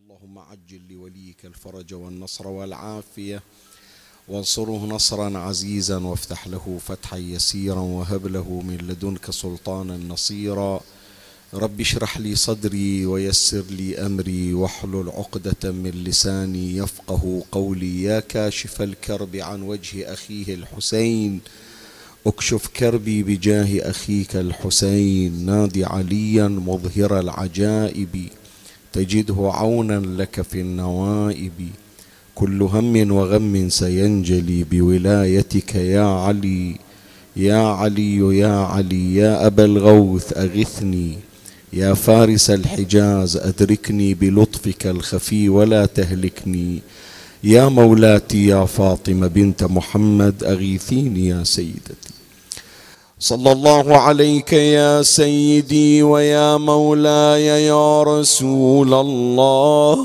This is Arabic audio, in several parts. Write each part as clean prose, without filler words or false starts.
اللهم عجل لوليك الفرج والنصر والعافية، وانصره نصرا عزيزا، وافتح له فتحا يسيرا، وهب له من لدنك سلطانا نصيرا. رب اشرح لي صدري ويسر لي أمري، واحلل عقدة من لساني يفقه قولي. يا كاشف الكرب عن وجه أخيه الحسين، اكشف كربي بجاه أخيك الحسين. نادي عليا مظهر العجائب، تجده عونا لك في النوائب. كل هم وغم سينجلي بولايتك يا علي، يا علي يا علي. يا أبا الغوث أغثني، يا فارس الحجاز أدركني بلطفك الخفي ولا تهلكني. يا مولاتي يا فاطمة بنت محمد أغيثيني يا سيدتي. صلى الله عليك يا سيدي ويا مولاي يا رسول الله.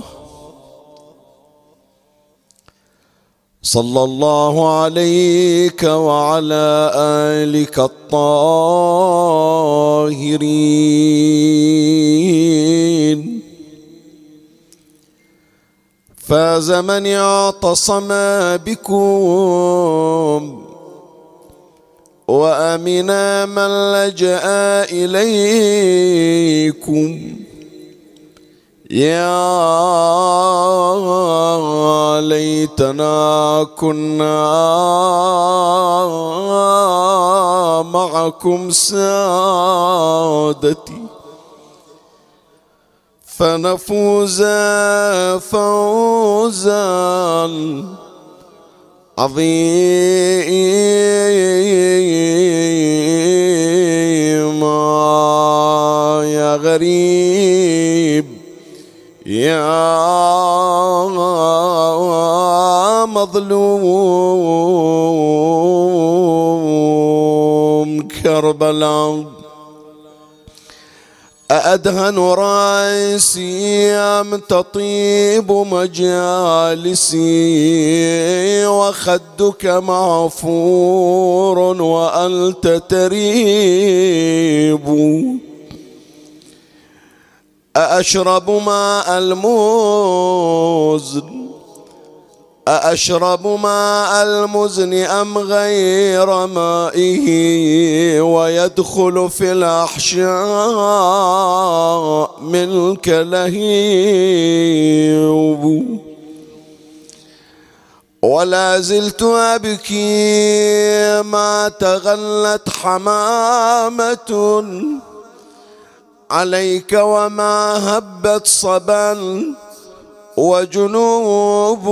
صلى الله عليك وعلى آلك الطاهرين. فاز من اعتصم بكم، وأمنا من لجأ إليكم. يا ليتنا كنا معكم سادتي، فنفوز فوزا عظيما. يا غريب يا مظلوم كربلاء، أأدهن رأسي أم تطيب مجالسي، وخدك معفور وأنت تريب. أأشرب ماء المزن، أأشرب ماء المزن أم غير مائه، ويدخل في الأحشاء منك لهيب. ولا زلت أبكي ما تغلت حمامة عليك، وما هبت صبا وجنوب.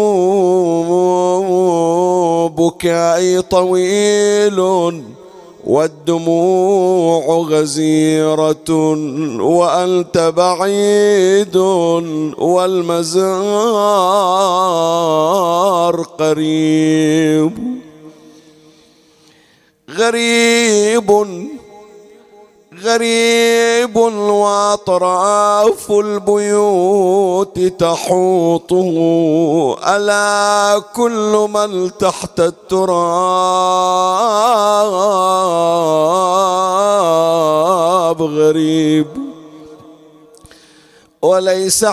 بكائي طويل والدموع غزيرة، وأنت بعيد والمزار قريب. غريب غريب وأطراف البيوت تحوطه، ألا كل من تحت التراب غريب. وليس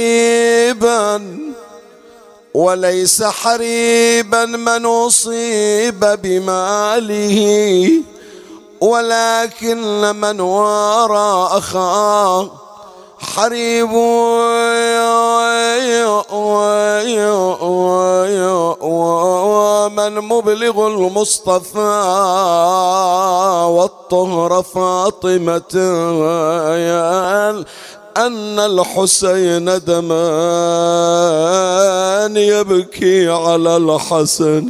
حريبا من أصيب بماله، ولكن من وراء أخاه حريب. ومن مبلغ المصطفى والطهر فاطمة، أن الحسين دمان يبكي على الحسن،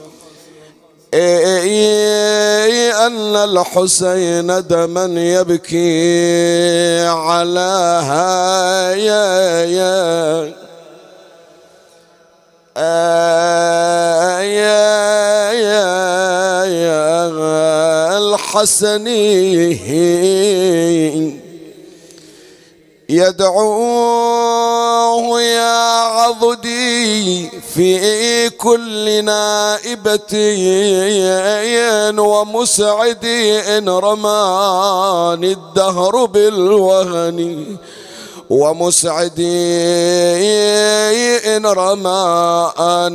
أن الحسين دما يبكي على يا الحسن. يدعوه يا عضدي في كل نائبة، ومسعدي إن رماني الدهر بالوهن، ومسعدي رمان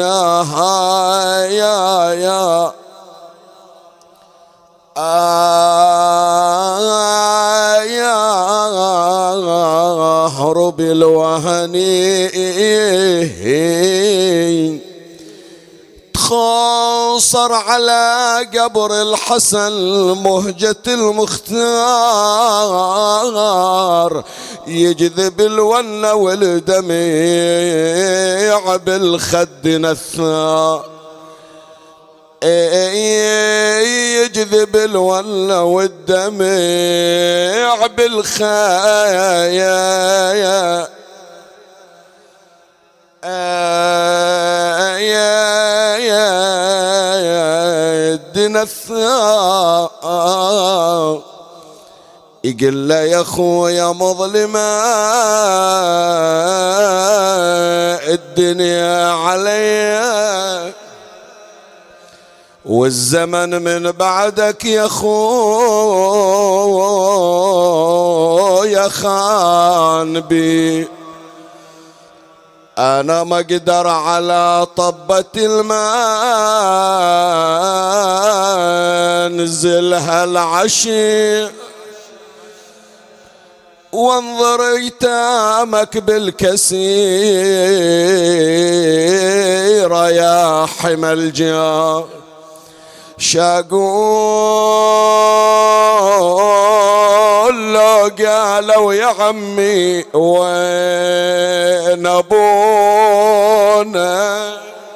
الدهايا هرب الوهني تخاصر على قبر الحسن مهجة المختار يجذب الونة والدميع بالخد نثار يجذب الونة والدميع بالخايا يدنا الثار يقول له يا خويا مظلمة الدنيا عليا والزمن من بعدك يا خويا خان بي أنا ما أقدر على طبة الماء نزلها العشي وانظر ايتامك بالكسيرة يا حمى الجار شاقول لو قالوا يا عمي وين ابونا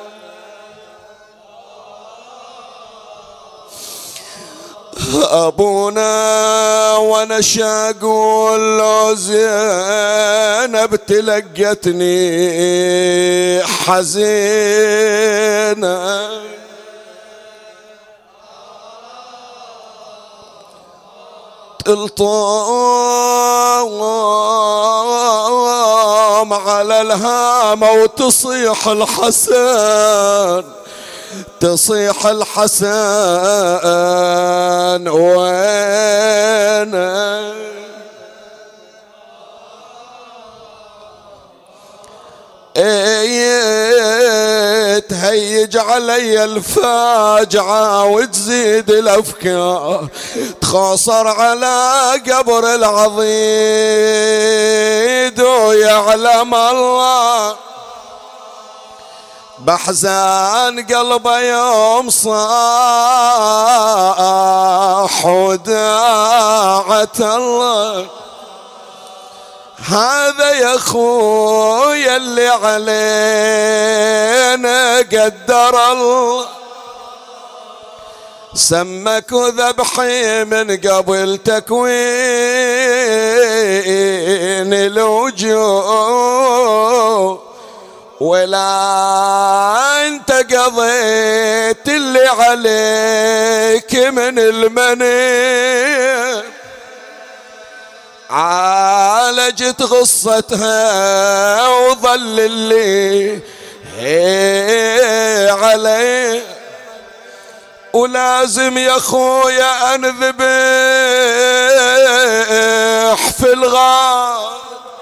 ابونا وانا شاقول له زينب تلقتني حزينه تلطم على الهامة وتصيح الحسن تصيح الحسن وين تهيج علي الفاجعة وتزيد الأفكار تخاصر على قبر العضيد ويعلم الله بحزان قلبه يوم صاح وداعة الله هذا يا خويا اللي علينا قدر الله سمك وذبحي من قبل تكوين الوجوه ولا انت قضيت اللي عليك من المني عالجت غصتها وظل اللي عليه ولازم يا خويا انذبح في الغار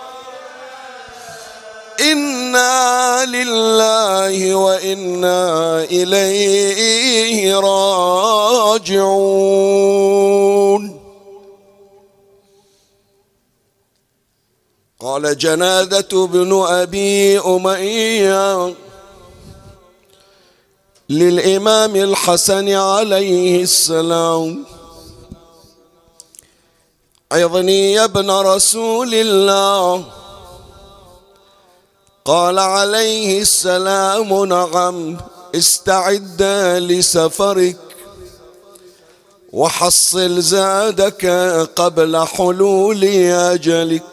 إنا لله وإنا إليه راجعون. قال جنادة بن أبي أمية للإمام الحسن عليه السلام: عظني يا ابن رسول الله. قال عليه السلام: نعم، استعد لسفرك وحصل زادك قبل حلول أجلك،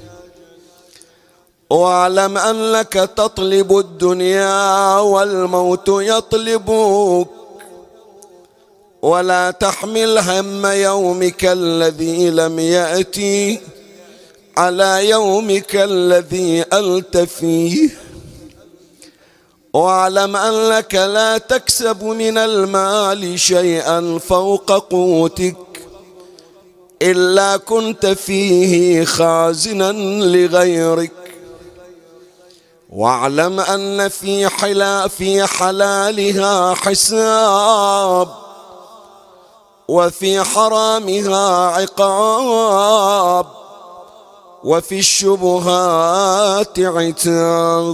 واعلم أنك تطلب الدنيا والموت يطلبك، ولا تحمل هم يومك الذي لم يأتي على يومك الذي ألت فيه، واعلم أنك لا تكسب من المال شيئا فوق قوتك إلا كنت فيه خازنا لغيرك، واعلم أن في حلالها حساب وفي حرامها عقاب وفي الشبهات عتاب.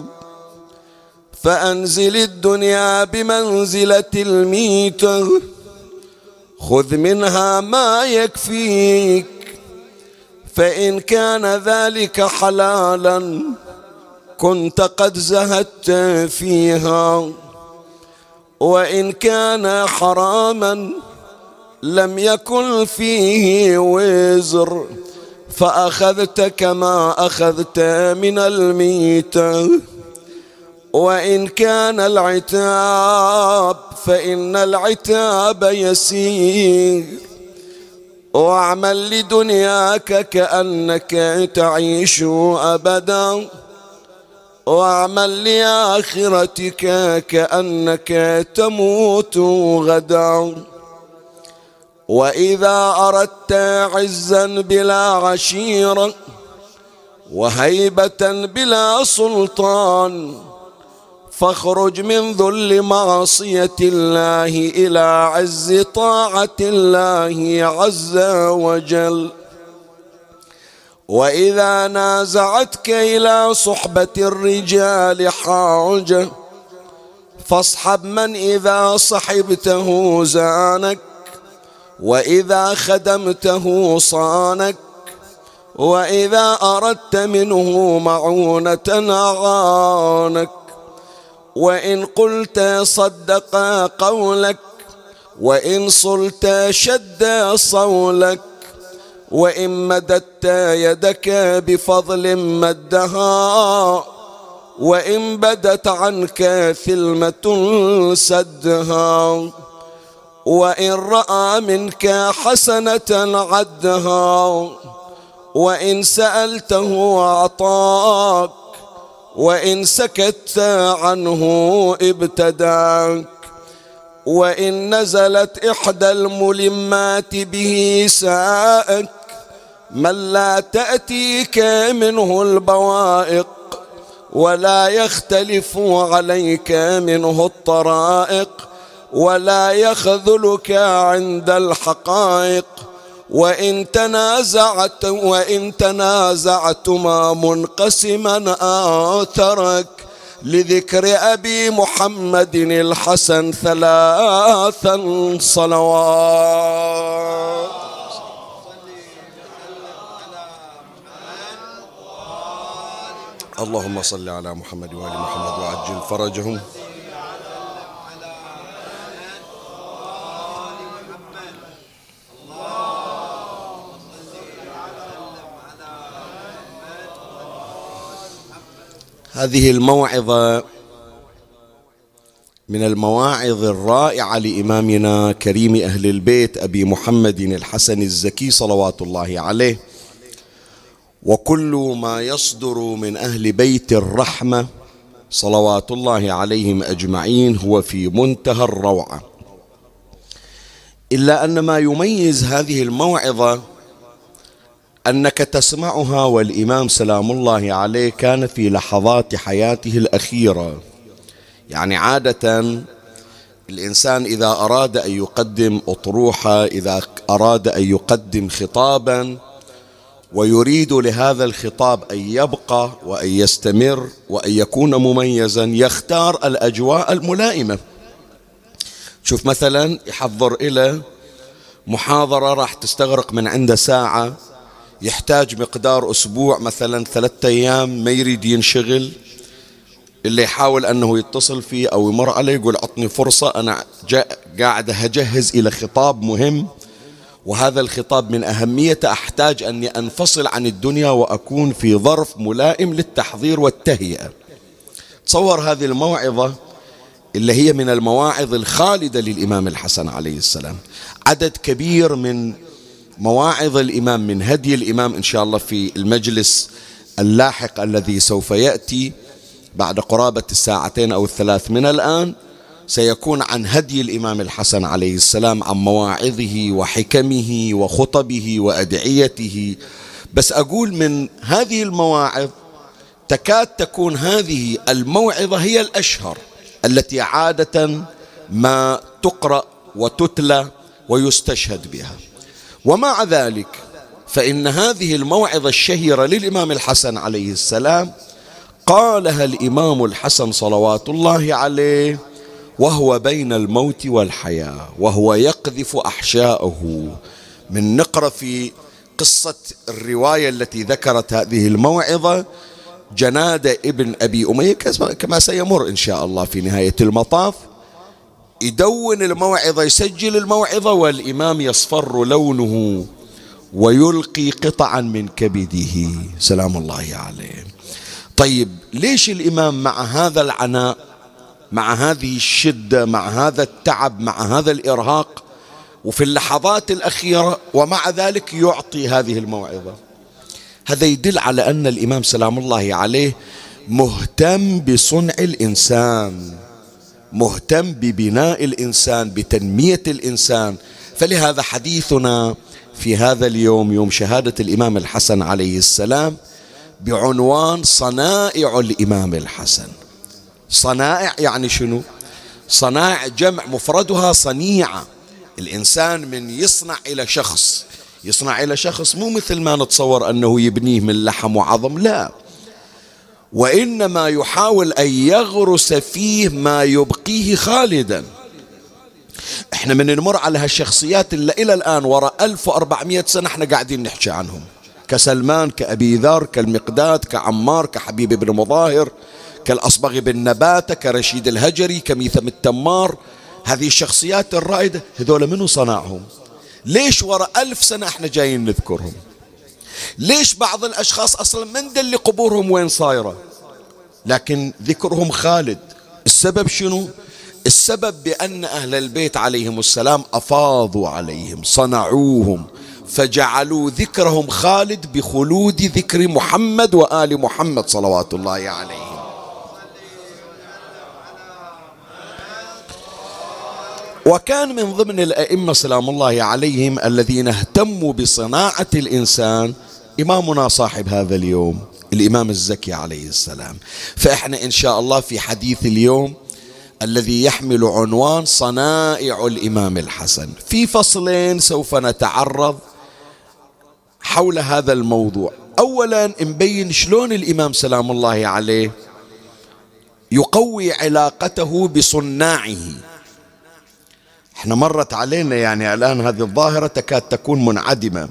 فأنزل الدنيا بمنزلة الميتة، خذ منها ما يكفيك، فإن كان ذلك حلالا كنت قد زهدت فيها، وإن كان حراما لم يكن فيه وزر، فأخذت كما أخذت من الميتة. وإن كان العتاب فإن العتاب يسير، واعمل لدنياك كأنك تعيش أبدا، واعمل لآخرتك كأنك تموت غدا. وإذا أردت عزا بلا عشيرة وهيبة بلا سلطان فاخرج من ذل معصية الله إلى عز طاعة الله عز وجل. وإذا نازعتك إلى صحبة الرجال حاجة فاصحب من إذا صحبته زانك، وإذا خدمته صانك، وإذا أردت منه معونة أعانك. وإن قلت صدق قولك، وإن صلت شد صولك، وإن مددت يدك بفضل مدها، وإن بدت عنك ثلمة سدها، وإن رأى منك حسنة عدها، وإن سألته أعطاك، وإن سكت عنه ابتداك. وإن نزلت إحدى الملمات به ساءك من لا تأتيك منه البوائق، ولا يختلف عليك منه الطرائق، ولا يخذلك عند الحقائق. وإن تنازعتما منقسما آثرك، لذكر أبي محمد الحسن 3 صلوات. اللهم صل على محمد وآل محمد وعجل فرجهم. هذه الموعظة من المواعظ الرائعة لإمامنا كريم أهل البيت أبي محمد الحسن الزكي صلوات الله عليه. وكل ما يصدر من أهل بيت الرحمة صلوات الله عليهم أجمعين هو في منتهى الروعة، إلا أن ما يميز هذه الموعظة أنك تسمعها والإمام سلام الله عليه كان في لحظات حياته الأخيرة. يعني عادة الإنسان إذا أراد أن يقدم أطروحة، إذا أراد أن يقدم خطابا ويريد لهذا الخطاب أن يبقى وأن يستمر وأن يكون مميزا، يختار الأجواء الملائمة. شوف مثلا يحضر إلى محاضرة راح تستغرق من عنده ساعة، يحتاج مقدار أسبوع مثلا 3 أيام، ما يريد ينشغل. اللي يحاول أنه يتصل فيه أو يمر عليه يقول عطني فرصة، أنا قاعد أجهز إلى خطاب مهم، وهذا الخطاب من أهميته أحتاج أني أنفصل عن الدنيا وأكون في ظرف ملائم للتحضير والتهيئة. تصور هذه الموعظة اللي هي من المواعظ الخالدة للإمام الحسن عليه السلام. عدد كبير من مواعظ الإمام، من هدي الإمام إن شاء الله في المجلس اللاحق الذي سوف يأتي بعد قرابة 2 أو 3 من الآن، سيكون عن هدي الإمام الحسن عليه السلام، عن مواعظه وحكمه وخطبه وأدعيته. بس أقول من هذه المواعظ تكاد تكون هذه الموعظة هي الأشهر التي عادة ما تقرأ وتتلى ويستشهد بها. ومع ذلك فإن هذه الموعظة الشهيرة للإمام الحسن عليه السلام قالها الإمام الحسن صلوات الله عليه وهو بين الموت والحياة، وهو يقذف أحشاءه. من نقرأ في قصة الرواية التي ذكرت هذه الموعظة، جنادة ابن أبي أمية كما سيمر إن شاء الله في نهاية المطاف، يدون الموعظة، يسجل الموعظة، والإمام يصفر لونه ويلقي قطعا من كبده سلام الله عليه. طيب ليش الإمام مع هذا العناء، مع هذه الشدة، مع هذا التعب، مع هذا الإرهاق، وفي اللحظات الأخيرة ومع ذلك يعطي هذه الموعظة؟ هذا يدل على أن الإمام سلام الله عليه مهتم بصنع الإنسان، مهتم ببناء الإنسان، بتنمية الإنسان. فلهذا حديثنا في هذا اليوم، يوم شهادة الإمام الحسن عليه السلام، بعنوان صنائع الإمام الحسن. صنائع يعني شنو؟ صنائع جمع مفردها صنيعة. الإنسان من يصنع إلى شخص، يصنع إلى شخص مو مثل ما نتصور أنه يبنيه من لحم وعظم، لا، وإنما يحاول أن يغرس فيه ما يبقيه خالدا. احنا من نمر على هالشخصيات اللي إلى الآن وراء 1400 سنة احنا قاعدين نحكي عنهم، كسلمان، كأبي ذر، كالمقداد، كعمار، كحبيب بن مظاهر، كالأصبغ بن نباتة، كرشيد الهجري، كميثم التمار. هذه الشخصيات الرائدة هذول منو صنعهم؟ ليش وراء 1000 سنة احنا جايين نذكرهم؟ ليش بعض الأشخاص أصلا ما ندري قبورهم وين صايرة لكن ذكرهم خالد؟ السبب شنو؟ السبب بأن أهل البيت عليهم السلام أفاضوا عليهم، صنعوهم، فجعلوا ذكرهم خالد بخلود ذكر محمد وآل محمد صلوات الله عليهم. وكان من ضمن الأئمة سلام الله عليهم الذين اهتموا بصناعة الإنسان إمامنا صاحب هذا اليوم الإمام الزكي عليه السلام. فإحنا إن شاء الله في حديث اليوم الذي يحمل عنوان صنائع الإمام الحسن، في فصلين سوف نتعرض حول هذا الموضوع. أولا نبين شلون الإمام سلام الله عليه يقوي علاقته بصناعه. احنا مرت علينا يعني الآن هذه الظاهرة تكاد تكون منعدمة.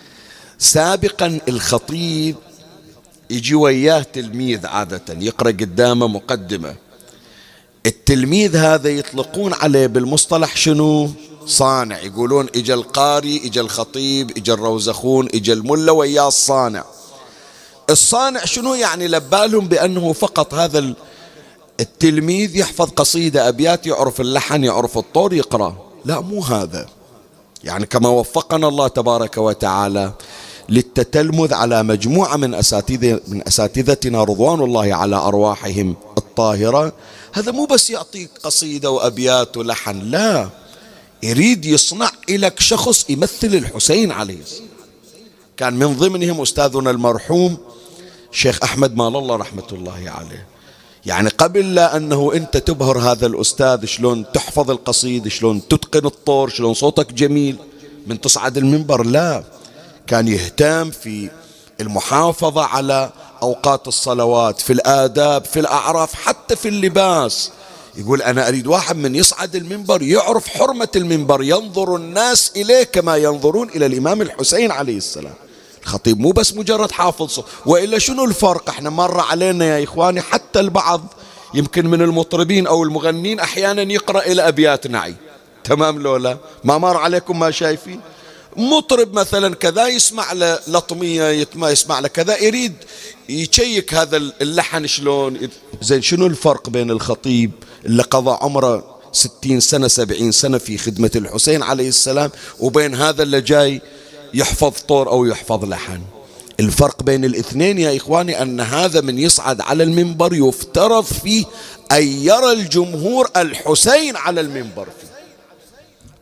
سابقا الخطيب يجي وياه تلميذ عادة يقرأ قدامه مقدمة، التلميذ هذا يطلقون عليه بالمصطلح شنو؟ صانع. يقولون اجا القاري، اجا الخطيب، اجا الروزخون، اجا الملا وياه الصانع. الصانع شنو يعني؟ لبالهم بأنه فقط هذا التلميذ يحفظ قصيدة أبيات، يعرف اللحن، يعرف الطور، يقرأ. لا، مو هذا. يعني كما وفقنا الله تبارك وتعالى للتتلمذ على مجموعة من أساتذتنا رضوان الله على أرواحهم الطاهرة، هذا مو بس يعطيك قصيدة وأبيات ولحن، لا، يريد يصنع لك شخص يمثل الحسين عليه السلام. كان من ضمنهم أستاذنا المرحوم شيخ أحمد مال الله رحمة الله عليه. يعني قبل لا أنه أنت تبهر هذا الأستاذ شلون تحفظ القصيدة، شلون تتقن الطور، شلون صوتك جميل من تصعد المنبر، لا، كان يهتم في المحافظة على أوقات الصلوات، في الآداب، في الأعراف، حتى في اللباس. يقول أنا أريد واحد من يصعد المنبر يعرف حرمة المنبر، ينظر الناس إليه كما ينظرون إلى الإمام الحسين عليه السلام. الخطيب مو بس مجرد حافظ صوت. وإلا شنو الفرق؟ احنا مر علينا يا إخواني حتى البعض يمكن من المطربين أو المغنين أحيانا يقرأ إلى أبيات نعي، تمام لولا ما مر عليكم ما شايفين؟ مطرب مثلا كذا يسمع له لطمية، يسمع له كذا، يريد يشيك هذا اللحن شلون. زين شنو الفرق بين الخطيب اللي قضى عمره 60 سنة 70 سنة في خدمة الحسين عليه السلام وبين هذا اللي جاي يحفظ طور أو يحفظ لحن؟ الفرق بين الاثنين يا إخواني أن هذا من يصعد على المنبر يفترض فيه أن يرى الجمهور الحسين على المنبر فيه.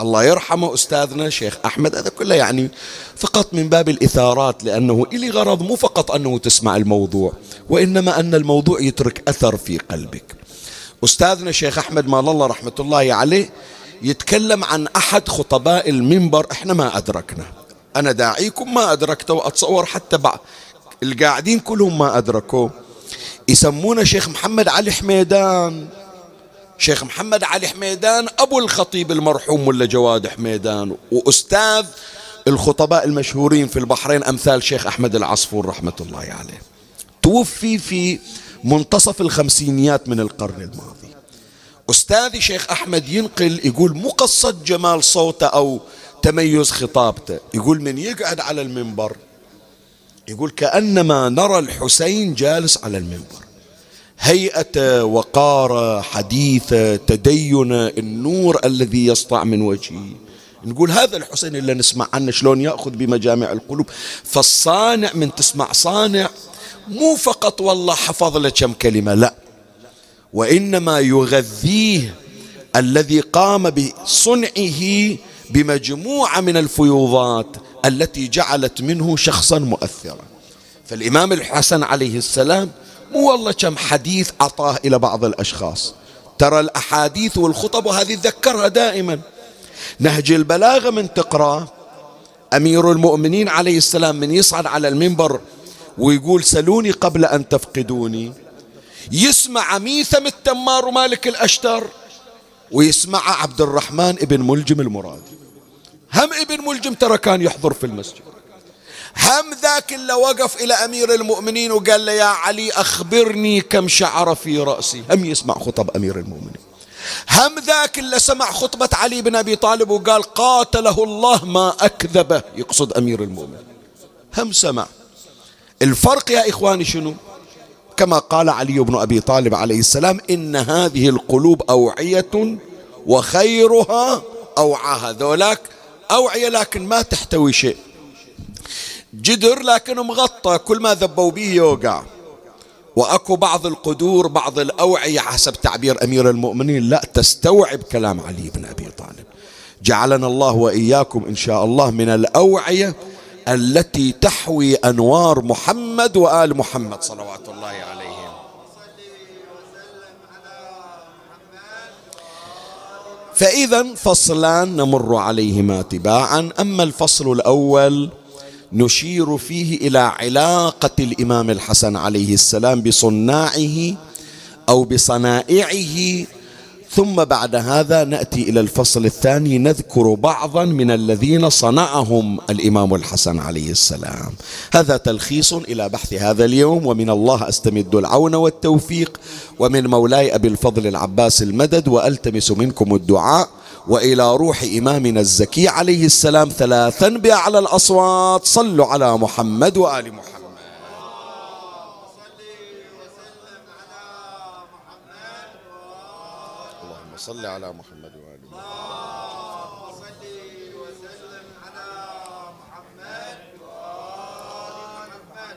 الله يرحمه أستاذنا شيخ أحمد، هذا كله يعني فقط من باب الإثارات، لأنه إلي غرض مو فقط أنه تسمع الموضوع، وإنما أن الموضوع يترك أثر في قلبك. أستاذنا شيخ أحمد مال الله رحمة الله عليه يتكلم عن أحد خطباء المنبر، إحنا ما أدركنا، أنا داعيكم ما أدركته، وأتصور حتى بعض القاعدين كلهم ما أدركوا. يسمونه شيخ محمد علي حميدان. شيخ محمد علي حميدان أبو الخطيب المرحوم ملا جواد حميدان، وأستاذ الخطباء المشهورين في البحرين أمثال شيخ أحمد العصفور رحمة الله عليه. توفي في منتصف الخمسينيات من القرن الماضي. أستاذي شيخ أحمد ينقل، يقول مو قصة جمال صوته أو تميز خطابته، يقول من يقعد على المنبر يقول كأنما نرى الحسين جالس على المنبر، هيئة وقارة حديثة تدين، النور الذي يسطع من وجهه. نقول هذا الحسين اللي نسمع عنه شلون يأخذ بمجامع القلوب. فالصانع من تسمع صانع مو فقط والله حفظ له كم كلمة، لا، وإنما يغذيه الذي قام بصنعه بمجموعة من الفيوضات التي جعلت منه شخصا مؤثرا. فالإمام الحسن عليه السلام مو والله كم حديث أعطاه إلى بعض الأشخاص، ترى الأحاديث والخطب، وهذه تذكرها دائما. نهج البلاغة من تقرأ، أمير المؤمنين عليه السلام من يصعد على المنبر ويقول سلوني قبل أن تفقدوني، يسمع ميثم التمار ومالك الأشتر، ويسمع عبد الرحمن ابن ملجم المرادي. هم ابن ملجم ترى كان يحضر في المسجد، هم ذاك اللي وقف إلى أمير المؤمنين وقال له يا علي أخبرني كم شعر في رأسي، هم يسمع خطب أمير المؤمنين. هم ذاك اللي سمع خطبة علي بن أبي طالب وقال قاتله الله ما أكذبه، يقصد أمير المؤمنين، هم سمع. الفرق يا إخواني شنو؟ كما قال علي بن أبي طالب عليه السلام إن هذه القلوب أوعية وخيرها أوعاها. ذولاك أوعية لكن ما تحتوي شيء، جدر لكن مغطى، كل ما ذبوا به يوقع. وأكو بعض القدور، بعض الأوعية حسب تعبير أمير المؤمنين لا تستوعب كلام علي بن أبي طالب. جعلنا الله وإياكم إن شاء الله من الأوعية التي تحوي أنوار محمد وآل محمد صلوات الله عليهم. فإذا فصلان نمر عليهما تباعا. أما الفصل الأول نشير فيه إلى علاقة الإمام الحسن عليه السلام بصناعه أو بصنائعه، ثم بعد هذا نأتي إلى الفصل الثاني نذكر بعضا من الذين صنعهم الإمام الحسن عليه السلام. هذا تلخيص إلى بحث هذا اليوم، ومن الله أستمد العون والتوفيق، ومن مولاي أبي الفضل العباس المدد، وألتمس منكم الدعاء، وإلى روح إمامنا الزكي عليه السلام ثلاثا بأعلى الأصوات. صلوا على محمد وآل محمد. صل على محمد وآل محمد. اللهم صل وسلم على محمد وآل محمد.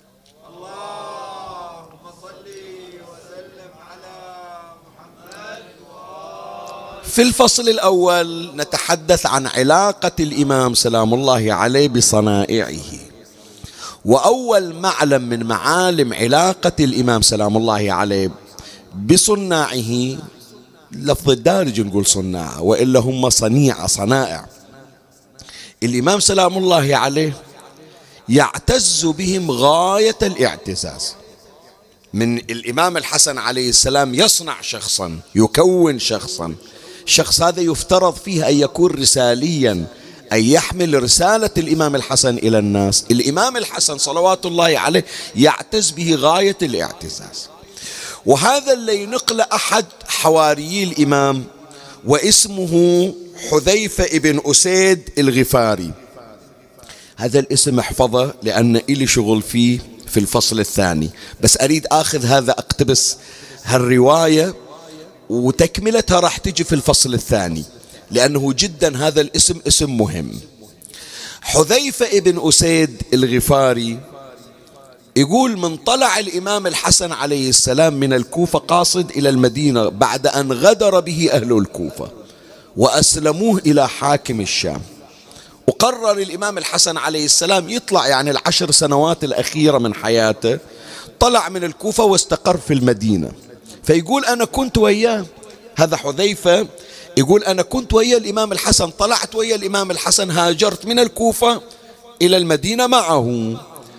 اللهم صل وسلم على محمد. في الفصل الأول نتحدث عن علاقة الإمام سلام الله عليه بصنائعه. وأول معلم من معالم علاقة الإمام سلام الله عليه بصناعه، لفظ الدارج نقول صناعة، وإلا هم صنائع. الإمام سلام الله عليه يعتز بهم غاية الاعتزاز. من الإمام الحسن عليه السلام يصنع شخصا، يكون شخصا، الشخص هذا يفترض فيه أن يكون رساليا، أن يحمل رسالة الإمام الحسن إلى الناس. الإمام الحسن صلوات الله عليه يعتز به غاية الاعتزاز. وهذا اللي ينقل أحد حواريي الإمام، واسمه حذيفة ابن أسيد الغفاري. هذا الاسم احفظه لأن إلي شغل فيه في الفصل الثاني، بس أريد أخذ هذا أقتبس هالرواية وتكملتها راح تجي في الفصل الثاني، لأنه جدا هذا الاسم اسم مهم. حذيفة ابن أسيد الغفاري يقول من طلع الإمام الحسن عليه السلام من الكوفة قاصد إلى المدينة بعد أن غدر به أهل الكوفة، وأسلموه إلى حاكم الشام. وقرر الإمام الحسن عليه السلام يطلع، يعني العشر سنوات الأخيرة من حياته طلع من الكوفة واستقر في المدينة. فيقول أنا كنت وياه، هذا حذيفة يقول أنا كنت ويا الإمام الحسن، طلعت ويا الإمام الحسن، هاجرت من الكوفة إلى المدينة معه.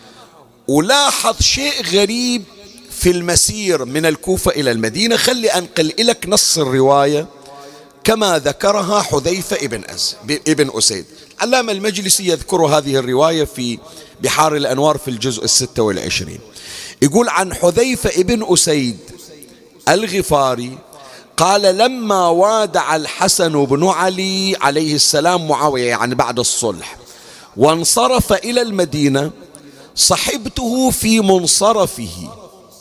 ولاحظ شيء غريب في المسير من الكوفة إلى المدينة. خلي أنقل لك نص الرواية كما ذكرها حذيفة ابن أسيد. علامة المجلسي يذكر هذه الرواية في بحار الأنوار في الجزء 26. يقول عن حذيفة ابن أسيد الغفاري قال لما وادع الحسن بن علي عليه السلام معاوية، يعني بعد الصلح، وانصرف إلى المدينة، صحبته في منصرفه،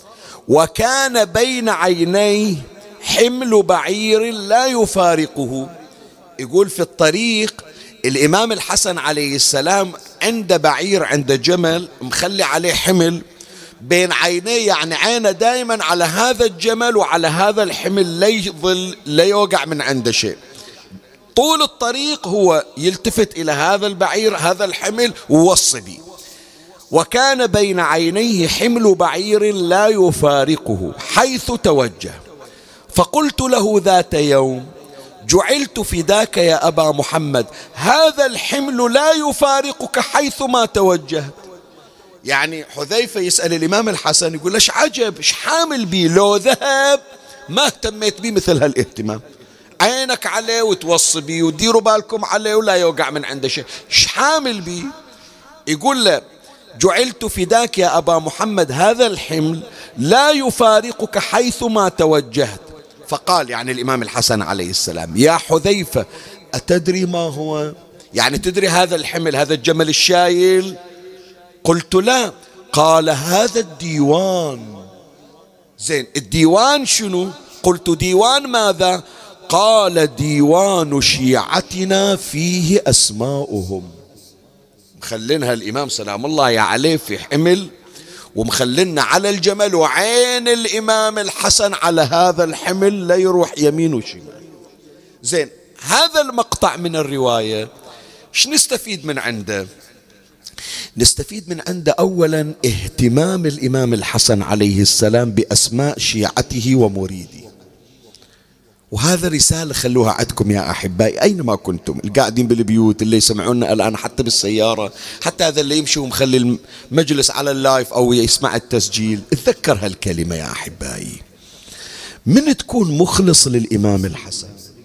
وكان بين عينيه حمل بعير لا يفارقه. يقول في الطريق الإمام الحسن عليه السلام عنده بعير، عنده جمل مخلي عليه حمل بين عينيه، يعني عينه دائما على هذا الجمل وعلى هذا الحمل، لا يظل لا يوقع من عنده شيء. طول الطريق هو يلتفت إلى هذا البعير هذا الحمل ووصي به. وكان بين عينيه حمل بعير لا يفارقه حيث توجه. فقلت له ذات يوم جعلت فداك يا أبا محمد، هذا الحمل لا يفارقك حيث ما توجهت. يعني حذيفة يسأل الإمام الحسن يقول ليش عجب، ايش حامل بي؟ لو ذهب ما اهتميت بي مثل هالاهتمام، عينك عليه وتوصي بي وديروا بالكم عليه ولا يوقع من عنده شيء، ايش حامل بي؟ يقول له جعلت فداك يا أبا محمد، هذا الحمل لا يفارقك حيث ما توجهت. فقال يعني الإمام الحسن عليه السلام يا حذيفة أتدري ما هو؟ يعني تدري هذا الحمل هذا الجمل الشايل؟ قلت لا. قال هذا الديوان. زين الديوان شنو؟ قلت ديوان ماذا؟ قال ديوان شيعتنا فيه أسماؤهم. مخلنها الإمام سلام الله عليه في حمل، ومخلنا على الجمل، وعين الإمام الحسن على هذا الحمل لا يروح يمين وشمال. زين هذا المقطع من الرواية ايش نستفيد من عنده؟ نستفيد من عنده أولا اهتمام الإمام الحسن عليه السلام بأسماء شيعته ومريدي. وهذا رسالة خلوها عندكم يا أحبائي أينما كنتم، القاعدين بالبيوت، اللي يسمعونا الآن حتى بالسيارة، حتى هذا اللي يمشي ومخلي المجلس على اللايف أو يسمع التسجيل، اتذكر هالكلمة يا أحبائي. من تكون مخلص للإمام الحسن،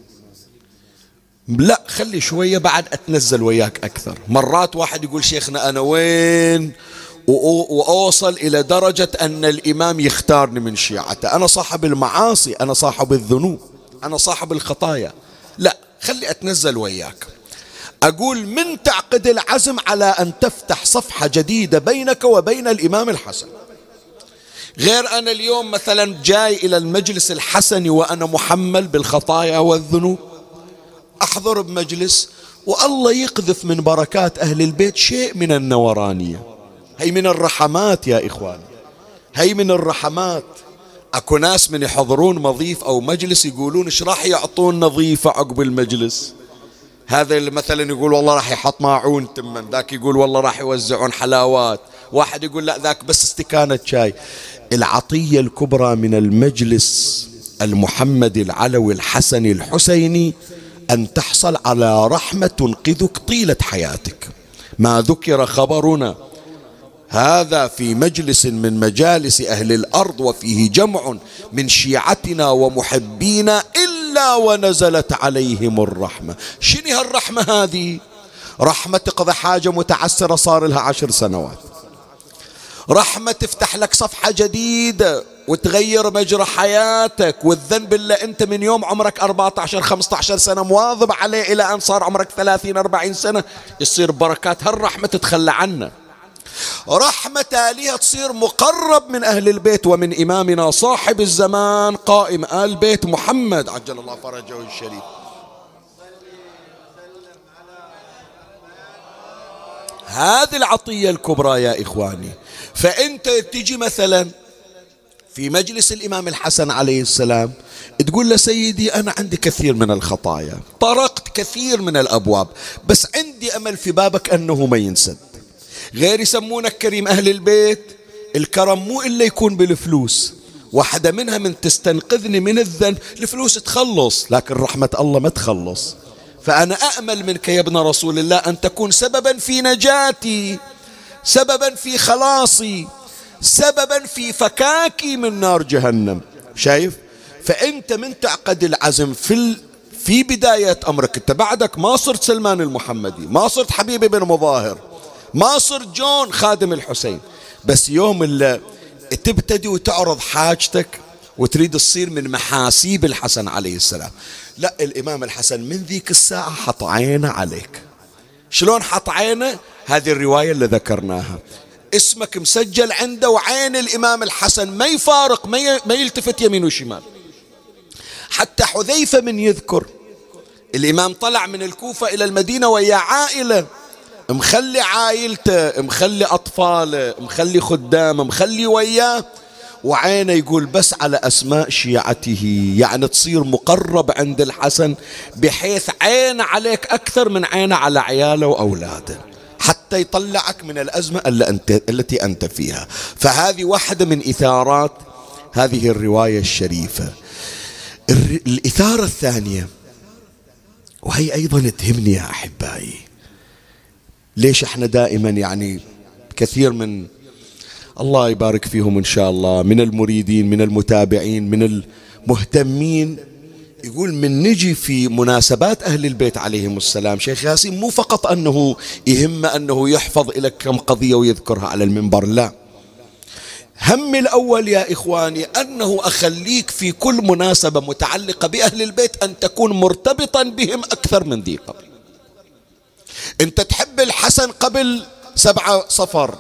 لا خلي شوية بعد أتنزل وياك أكثر. مرات واحد يقول شيخنا أنا وين وأوصل إلى درجة أن الإمام يختارني من شيعته، أنا صاحب المعاصي، أنا صاحب الذنوب، أنا صاحب الخطايا. لا خلي أتنزل وياك. أقول من تعقد العزم على أن تفتح صفحة جديدة بينك وبين الإمام الحسن، غير أنا اليوم مثلا جاي إلى المجلس الحسني وأنا محمل بالخطايا والذنوب، أحضر بمجلس والله يقذف من بركات أهل البيت شيء من النورانية. هي من الرحمات يا إخوان، هي من الرحمات. أكو ناس من يحضرون مضيف أو مجلس يقولون إيش راح يعطون نظيفة عقب المجلس. هذا اللي مثلا يقول والله راح يحط ماعون تمن، ذاك يقول والله راح يوزعون حلاوات، واحد يقول لا ذاك بس استكانة شاي. العطية الكبرى من المجلس المحمدي العلوي الحسني الحسيني أن تحصل على رحمة تنقذك طيلة حياتك. ما ذكر خبرنا هذا في مجلس من مجالس أهل الأرض وفيه جمع من شيعتنا ومحبينا إلا ونزلت عليهم الرحمة. شنو هالرحمة هذه؟ رحمة تقضي حاجة متعسرة صار لها 10 سنوات، رحمة تفتح لك صفحة جديدة وتغير مجرى حياتك، والذنب اللي أنت من يوم عمرك 14-15 سنة مواظب عليه إلى أن صار عمرك 30-40 سنة يصير بركات هالرحمة تتخلى عنه. رحمة تاليها تصير مقرب من أهل البيت ومن إمامنا صاحب الزمان قائم آل بيت محمد عجل الله فرجه الشريف. هذه العطية الكبرى يا إخواني. فأنت تجي مثلا في مجلس الإمام الحسن عليه السلام، تقول له سيدي أنا عندي كثير من الخطايا، طرقت كثير من الأبواب، بس عندي أمل في بابك أنه ما ينسد. غير يسمونك كريم أهل البيت، الكرم مو إلا يكون بالفلوس، واحدة منها من تستنقذني من الذنب، الفلوس تخلص لكن رحمة الله ما تخلص. فأنا أأمل منك يا ابن رسول الله أن تكون سببا في نجاتي، سببا في خلاصي، سببا في فكاكي من نار جهنم. شايف؟ فأنت من تعقد العزم في بداية أمرك، أنت بعدك ما صرت سلمان المحمدي، ما صرت حبيبي بن مظاهر، ما صرت جون خادم الحسين، بس يوم اللي تبتدي وتعرض حاجتك وتريد تصير من محاسيب الحسن عليه السلام، لا، الإمام الحسن من ذيك الساعة حط عينه عليك. شلون حط عينه؟ هذه الرواية اللي ذكرناها، اسمك مسجل عنده وعين الإمام الحسن ما يفارق، ما يلتفت يمين وشمال. حتى حذيفة من يذكر الإمام طلع من الكوفة إلى المدينة ويا عائلة، مخلي عائلته، مخلي أطفاله، مخلي خدامه، مخلي وياه، وعينه يقول بس على أسماء شيعته، يعني تصير مقرب عند الحسن بحيث عينه عليك أكثر من عينه على عياله وأولاده، حتى يطلعك من الأزمة التي أنت فيها. فهذه واحدة من إثارات هذه الرواية الشريفة. الإثارة الثانية، وهي أيضا تهمني يا أحبائي، ليش احنا دائما يعني كثير من الله يبارك فيهم إن شاء الله من المريدين من المتابعين من المهتمين، يقول من نجي في مناسبات أهل البيت عليهم السلام شيخ ياسين مو فقط أنه يهم أنه يحفظ لك كم قضية ويذكرها على المنبر، لا، هم الأول يا إخواني أنه أخليك في كل مناسبة متعلقة بأهل البيت أن تكون مرتبطا بهم أكثر من ذي قبل. أنت تحب الحسن قبل 7 صفر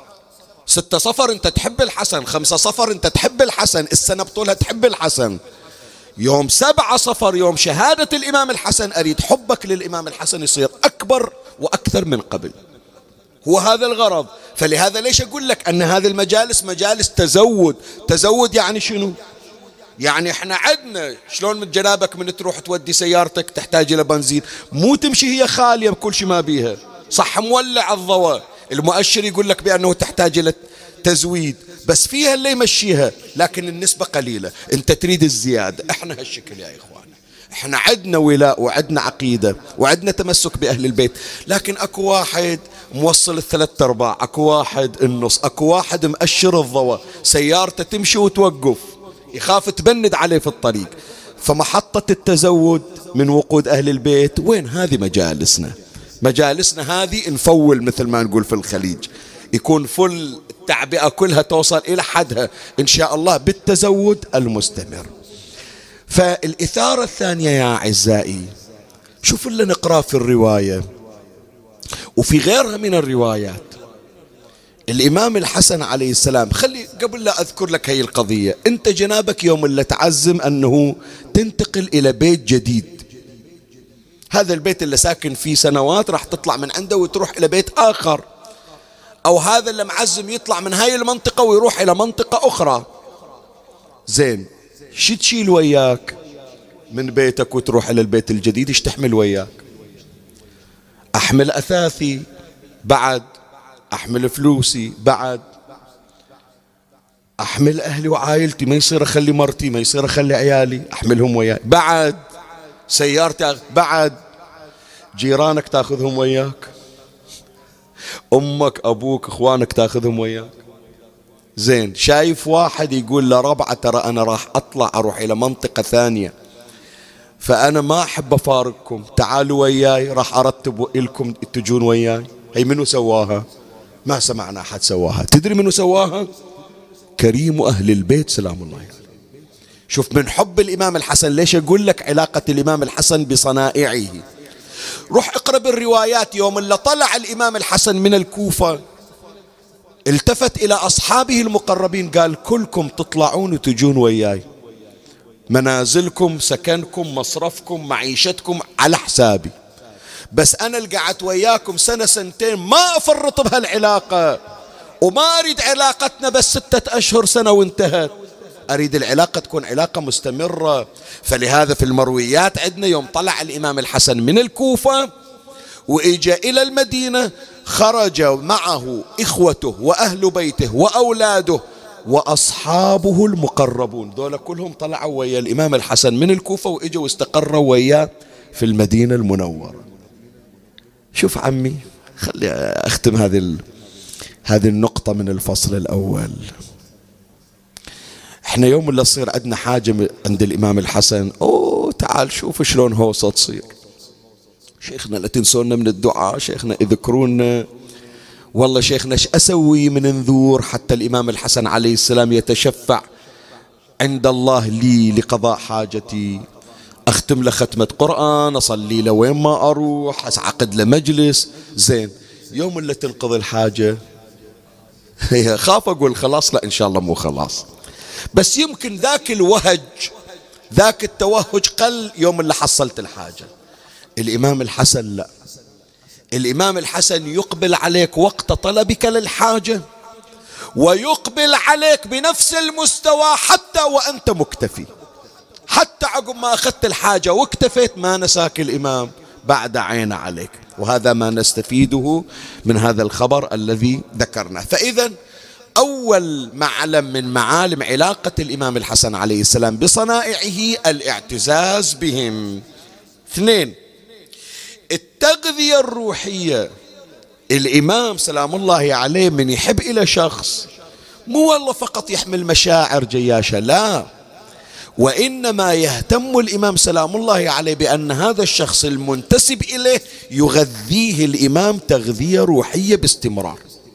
6 صفر أنت تحب الحسن، 5 صفر أنت تحب الحسن، السنة بطولها تحب الحسن، يوم 7 صفر يوم شهادة الإمام الحسن أريد حبك للإمام الحسن يصير أكبر وأكثر من قبل. هو هذا الغرض. فلهذا ليش أقول لك أن هذه المجالس مجالس تزود. تزود يعني شنو؟ يعني احنا عدنا شلون من جنابك من تروح تودي سيارتك تحتاج إلى بنزين، مو تمشي هي خالية بكل شيء ما بيها، صح مولع الضوء، المؤشر يقول لك بأنه تحتاج إلى تزويد، بس فيها اللي يمشيها، لكن النسبة قليلة، انت تريد الزيادة. احنا هالشكل يا إخوان، احنا عدنا ولاء وعدنا عقيدة وعدنا تمسك بأهل البيت، لكن اكو واحد موصل 3/4، اكو واحد النص، اكو واحد مأشر الضوء، سيارته تمشي وتوقف، يخاف تبند عليه في الطريق. فمحطة التزود من وقود أهل البيت وين؟ هذه مجالسنا. مجالسنا هذه نفول مثل ما نقول في الخليج، يكون فل التعبئة كلها توصل إلى حدها إن شاء الله بالتزود المستمر. فالإثارة الثانية يا أعزائي، شوف اللي نقرأ في الرواية وفي غيرها من الروايات. الإمام الحسن عليه السلام، خلي قبل لا أذكر لك هي القضية، أنت جنابك يوم اللي تعزم أنه تنتقل إلى بيت جديد، هذا البيت اللي ساكن فيه سنوات راح تطلع من عنده وتروح إلى بيت آخر، أو هذا اللي معزم يطلع من هاي المنطقة ويروح إلى منطقة أخرى. زين، شو تشيل وياك من بيتك وتروح إلى البيت الجديد؟ ايش تحمل وياك؟ أحمل أثاثي بعد، أحمل فلوسي بعد، أحمل أهلي وعائلتي، ما يصير أخلي مرتي، ما يصير أخلي عيالي، أحملهم وياي بعد، سيارتي بعد، جيرانك تاخذهم وياك، أمك أبوك أخوانك تاخذهم وياك. زين، شايف واحد يقول لربعه ترى أنا راح أطلع أروح إلى منطقة ثانية فأنا ما أحب أفارقكم، تعالوا وياي، راح أرتب لكم تجون وياي. هي منو سواها؟ ما سمعنا أحد سواها. تدري منو سواها؟ كريم أهل البيت سلام الله عليه. شوف من حب الإمام الحسن، ليش أقول لك علاقة الإمام الحسن بصنائعه. روح اقرأ بالروايات، يوم اللي طلع الإمام الحسن من الكوفة التفت إلى أصحابه المقربين قال كلكم تطلعون وتجون وياي، منازلكم سكنكم مصرفكم معيشتكم على حسابي، بس أنا اللي قعدت وياكم سنة سنتين ما أفرط بهالعلاقة، وما أريد علاقتنا بس 6 أشهر سنة وانتهت، أريد العلاقة تكون علاقة مستمرة. فلهذا في المرويات عندنا يوم طلع الإمام الحسن من الكوفة وإجا إلى المدينة، خرج معه إخوته وأهل بيته وأولاده وأصحابه المقربون، ذولا كلهم طلعوا ويا الإمام الحسن من الكوفة وإجوا واستقروا وياه في المدينة المنورة. شوف عمي، خلي أختم هذه النقطة من الفصل الأول. احنا يوم اللي تصير عندنا حاجة عند الإمام الحسن، تعال شوف شلون هوسة تصير، شيخنا لا تنسونا من الدعاء، شيخنا اذكرونا، والله شيخنا ايش اسوي من نذور حتى الإمام الحسن عليه السلام يتشفع عند الله لي لقضاء حاجتي، اختم له ختمة قرآن، اصلي له وين ما اروح، اعقد له مجلس. زين، يوم اللي تنقضي الحاجة خاف اقول خلاص، لا ان شاء الله مو خلاص، بس يمكن ذاك الوهج ذاك التوهج قل يوم اللي حصلت الحاجة. الإمام الحسن لا، الإمام الحسن يقبل عليك وقت طلبك للحاجة، ويقبل عليك بنفس المستوى حتى وأنت مكتفي، حتى عقب ما أخذت الحاجة واكتفيت ما نساك الإمام، بعد عين عليك. وهذا ما نستفيده من هذا الخبر الذي ذكرناه. فإذا أول معلم من معالم علاقة الإمام الحسن عليه السلام بصنائعه الاعتزاز بهم. 2، التغذية الروحية. الإمام سلام الله عليه من يحب إلى شخص مو والله فقط يحمل مشاعر جياشة، لا، وإنما يهتم الإمام سلام الله عليه بأن هذا الشخص المنتسب إليه يغذيه الإمام تغذية روحية باستمرار.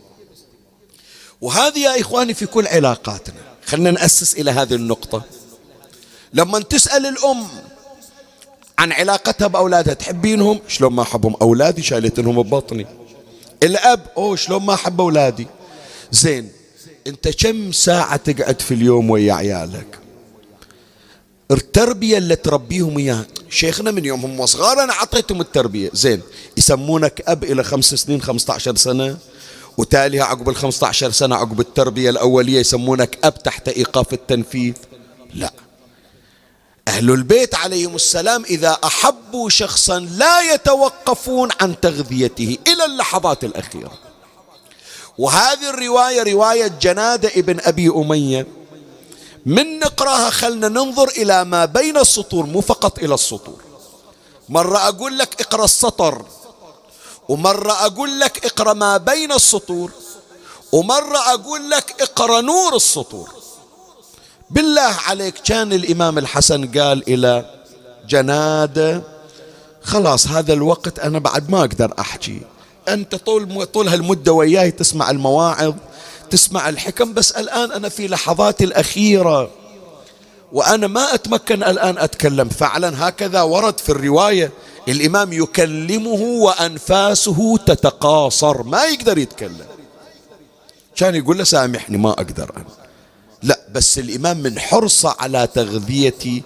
وهذه يا إخواني في كل علاقاتنا. خلنا نأسس إلى هذه النقطة. لما تسأل الأم عن علاقتها بأولادها، تحبينهم؟ شلون ما أحبهم، أولادي شايلتهم ببطني. الأب شلون ما أحب أولادي. زين، أنت كم ساعة تقعد في اليوم ويا عيالك؟ التربية اللي تربيهم إياها، شيخنا من يوم هم صغار أنا عطيتهم التربية. زين، يسمونك أب إلى 5 سنين 15 سنة، وتاليها عقب 15 سنة عقب التربية الأولية يسمونك أب تحت إيقاف التنفيذ؟ لا، أهل البيت عليهم السلام إذا أحبوا شخصا لا يتوقفون عن تغذيته إلى اللحظات الأخيرة. وهذه الرواية رواية جنادة ابن أبي أمية، من نقراها خلنا ننظر إلى ما بين السطور، مو فقط إلى السطور. مرة أقول لك اقرأ السطر، ومرة أقول لك اقرأ ما بين السطور، ومرة أقول لك اقرأ نور السطور. بالله عليك، كان الإمام الحسن قال إلى جنادة خلاص هذا الوقت أنا بعد ما أقدر أحكي، أنت طول هالمدة وياي تسمع المواعظ تسمع الحكم، بس الآن أنا في لحظاتي الأخيرة وأنا ما أتمكن الآن أتكلم. فعلا هكذا ورد في الرواية، الإمام يكلمه وأنفاسه تتقاصر، ما يقدر يتكلم. كان يقول له سامحني ما أقدر أنا. لا، بس الإمام من حرصه على تغذية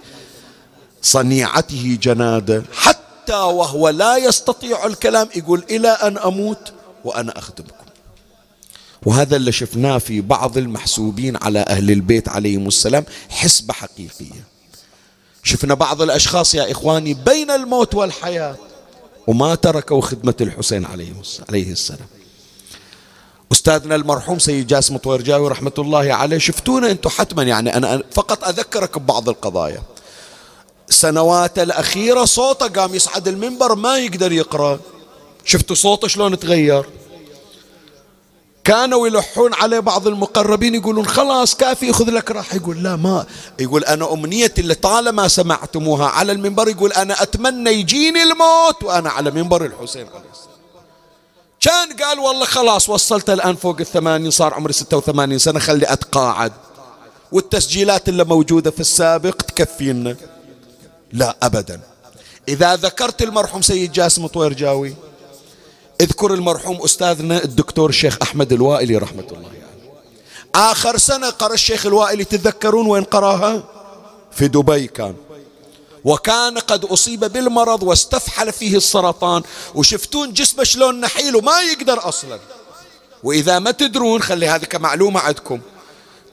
صنيعته جنادة حتى وهو لا يستطيع الكلام يقول إلى أن أموت وأنا أخدمكم. وهذا اللي شفناه في بعض المحسوبين على أهل البيت عليهم السلام، حسبة حقيقية. شفنا بعض الأشخاص يا إخواني بين الموت والحياة وما تركوا خدمة الحسين عليه السلام. أستاذنا المرحوم سيد جاسم طويرجاوي رحمة الله عليه، شفتونا أنتم حتما، يعني أنا فقط أذكرك ببعض القضايا. سنواته الأخيرة صوته قام يصعد المنبر ما يقدر يقرأ، شفتوا صوته شلون تغير. كانوا يلحون عليه بعض المقربين يقولون خلاص كافي خذ لك راح، يقول لا، ما يقول أنا أمنيتي اللي طالما سمعتموها على المنبر، يقول أنا أتمنى يجيني الموت وأنا على منبر الحسين عليه السلام. كان قال والله خلاص وصلت الآن فوق 80، صار عمري 86 سنة، خلي أتقاعد والتسجيلات اللي موجودة في السابق تكفينا. لا أبدا. إذا ذكرت المرحوم سيد جاسم طويرجاوي اذكر المرحوم أستاذنا الدكتور الشيخ أحمد الوائلي رحمة الله عليه. آخر سنة قرأ الشيخ الوائلي، تتذكرون وين قراها؟ في دبي كان، وكان قد أصيب بالمرض واستفحل فيه السرطان، وشفتون جسمه شلون نحيل وما يقدر أصلا. وإذا ما تدرون، خلي هذه كمعلومة عندكم،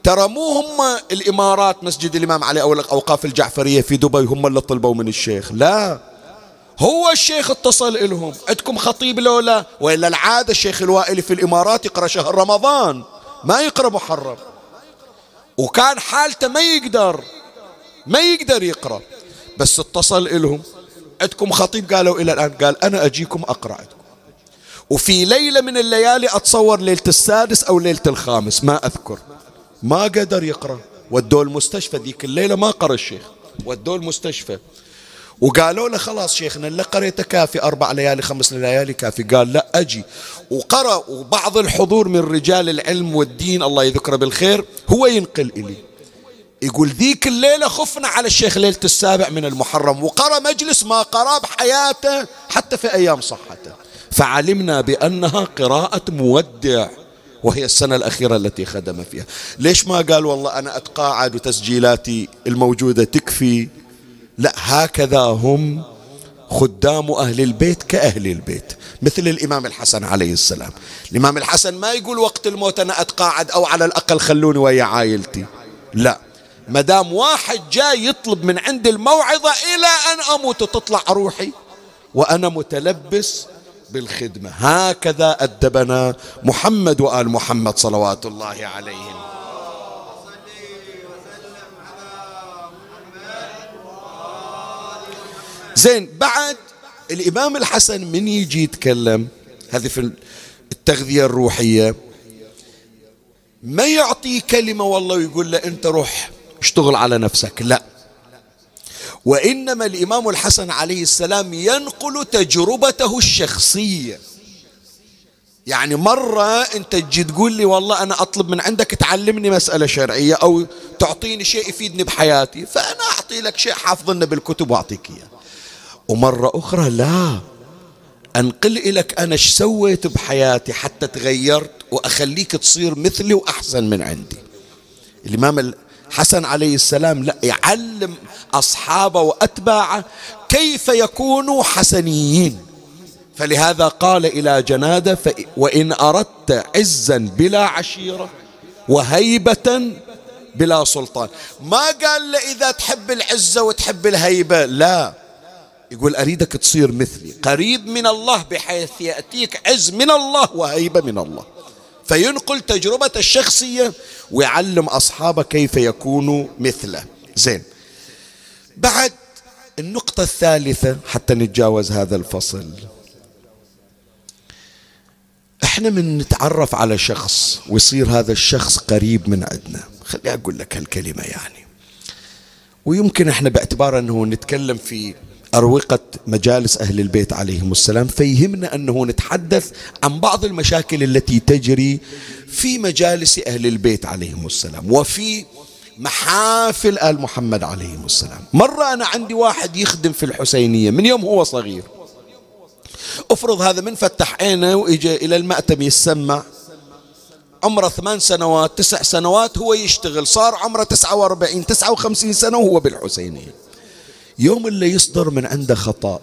ترى مو هم الإمارات مسجد الإمام علي أو الأوقاف الجعفرية في دبي هم اللي طلبوا من الشيخ، لا، هو الشيخ اتصل إلهم، عندكم خطيب لولا؟ وإلا العادة الشيخ الوائلي في الإمارات يقرأ شهر رمضان، ما يقرأ محرم، وكان حالته ما يقدر يقرأ، بس اتصل إلهم، عندكم خطيب؟ قالوا إلى الآن. قال أنا أجيكم أقرأ عندكم. وفي ليلة من الليالي أتصور ليلة السادس أو ليلة الخامس ما أذكر، ما قدر يقرأ، ودوه المستشفى ذيك الليلة، ما قرأ الشيخ، ودوه المستشفى وقالوا له خلاص شيخنا اللي قريته كافي، 4 ليالي 5 ليالي كافي. قال لا أجي وقرأ. وبعض الحضور من رجال العلم والدين الله يذكره بالخير هو ينقل إلي، يقول ذيك الليلة خفنا على الشيخ ليلة السابع من المحرم، وقرأ مجلس ما قرأ بحياته حتى في أيام صحته، فعلمنا بأنها قراءة مودع، وهي السنة الأخيرة التي خدم فيها. ليش ما قال والله أنا أتقاعد وتسجيلاتي الموجودة تكفي؟ لا، هكذا هم خدام أهل البيت كأهل البيت، مثل الإمام الحسن عليه السلام. الإمام الحسن ما يقول وقت الموت أنا أتقاعد أو على الأقل خلوني ويا عائلتي، لا، مدام واحد جاي يطلب من عند الموعظة إلى أن أموت تطلع روحي وأنا متلبس بالخدمة. هكذا أدبنا محمد وآل محمد صلوات الله عليهم. زين، بعد الإمام الحسن من يجي يتكلم، هذه في التغذية الروحية، ما يعطي كلمة والله ويقول له أنت روح اشتغل على نفسك، لا، وإنما الإمام الحسن عليه السلام ينقل تجربته الشخصية. يعني مرة أنت تجي تقول لي والله أنا أطلب من عندك تعلمني مسألة شرعية أو تعطيني شيء يفيدني بحياتي، فأنا أعطي لك شيء حافظنا بالكتب وأعطيك إياه. ومرة أخرى لا، أنقل لك أنا ايش سويت بحياتي حتى تغيرت وأخليك تصير مثلي وأحسن من عندي. الإمام الحسن عليه السلام لا، يعلم أصحابه وأتباعه كيف يكونوا حسنيين. فلهذا قال إلى جنادة وإن أردت عزا بلا عشيرة وهيبة بلا سلطان. ما قال له إذا تحب العزة وتحب الهيبة، لا، يقول أريدك تصير مثلي قريب من الله بحيث يأتيك عز من الله وهيبة من الله. فينقل تجربة الشخصية ويعلم أصحابه كيف يكونوا مثله. زين، بعد النقطة الثالثة حتى نتجاوز هذا الفصل، احنا من نتعرف على شخص ويصير هذا الشخص قريب من عندنا، خلي أقول لك هالكلمة يعني، ويمكن احنا باعتبار أنه نتكلم في أروقة مجالس أهل البيت عليهم السلام فيهمنا أنه نتحدث عن بعض المشاكل التي تجري في مجالس أهل البيت عليهم السلام وفي محافل آل محمد عليهم السلام. مرة أنا عندي واحد يخدم في الحسينية من يوم هو صغير، أفرض هذا من فتح عينه وإجا إلى المأتم يسمع، عمره 8 سنوات 9 سنوات هو يشتغل، صار عمره 49 59 سنة وهو بالحسينية. يوم اللي يصدر من عنده خطأ،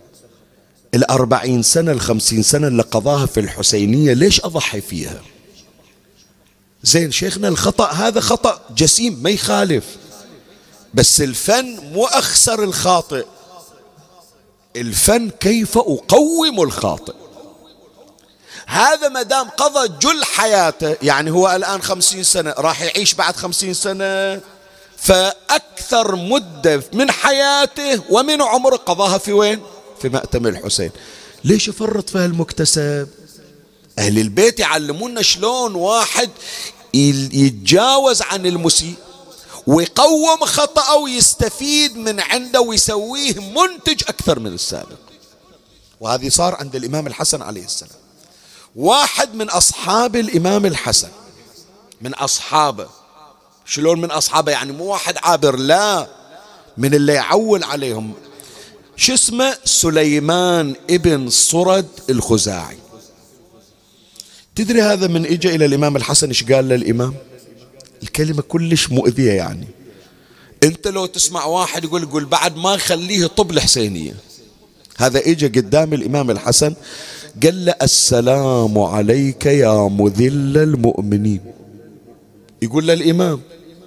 40 سنة 50 سنة اللي قضاها في الحسينية ليش أضحي فيها؟ زين شيخنا الخطأ هذا خطأ جسيم ما يخالف، بس الفن مو أخسر الخاطئ، الفن كيف أقوم الخاطئ. هذا مدام قضى جل حياته، يعني هو الآن 50 سنة راح يعيش بعد 50 سنة، فأكثر مدة من حياته ومن عمره قضاها في وين؟ في مأتم الحسين. ليش يفرط في هالمكتسب؟ أهل البيت يعلمونا شلون واحد يتجاوز عن المسيء ويقوم خطأه ويستفيد من عنده ويسويه منتج أكثر من السابق. وهذه صار عند الإمام الحسن عليه السلام. واحد من أصحاب الإمام الحسن، من أصحابه، شلون من أصحابه؟ يعني مو واحد عابر، لا، من اللي يعول عليهم. شو اسمه؟ سليمان ابن صرد الخزاعي. تدري هذا من اجى إلى الإمام الحسن ايش قال للإمام؟ الكلمة كلش مؤذية. يعني انت لو تسمع واحد يقول بعد ما خليه طب الحسينية، هذا اجى قدام الإمام الحسن قال له السلام عليك يا مذل المؤمنين. يقول للإمام.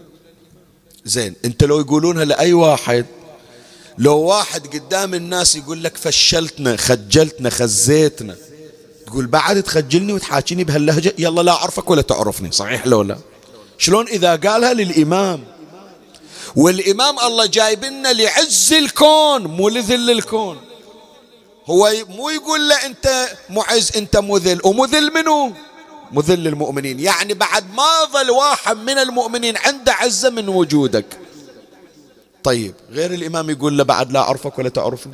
زين، أنت لو يقولونها لأي واحد، لو واحد قدام الناس يقول لك فشلتنا، خجلتنا، خزيتنا، تقول بعد تخجلني وتحاكيني بهاللهجة؟ يلا لا أعرفك ولا تعرفني، صحيح لو لا؟ شلون إذا قالها للإمام؟ والإمام الله جايبنا لعز الكون مو لذل الكون. هو مو يقول له أنت معز، أنت مذل. ومذل منه؟ مذل المؤمنين. يعني بعد ما ظل واحد من المؤمنين عنده عزة من وجودك. طيب غير الإمام يقول له بعد لا أعرفك ولا تعرفني؟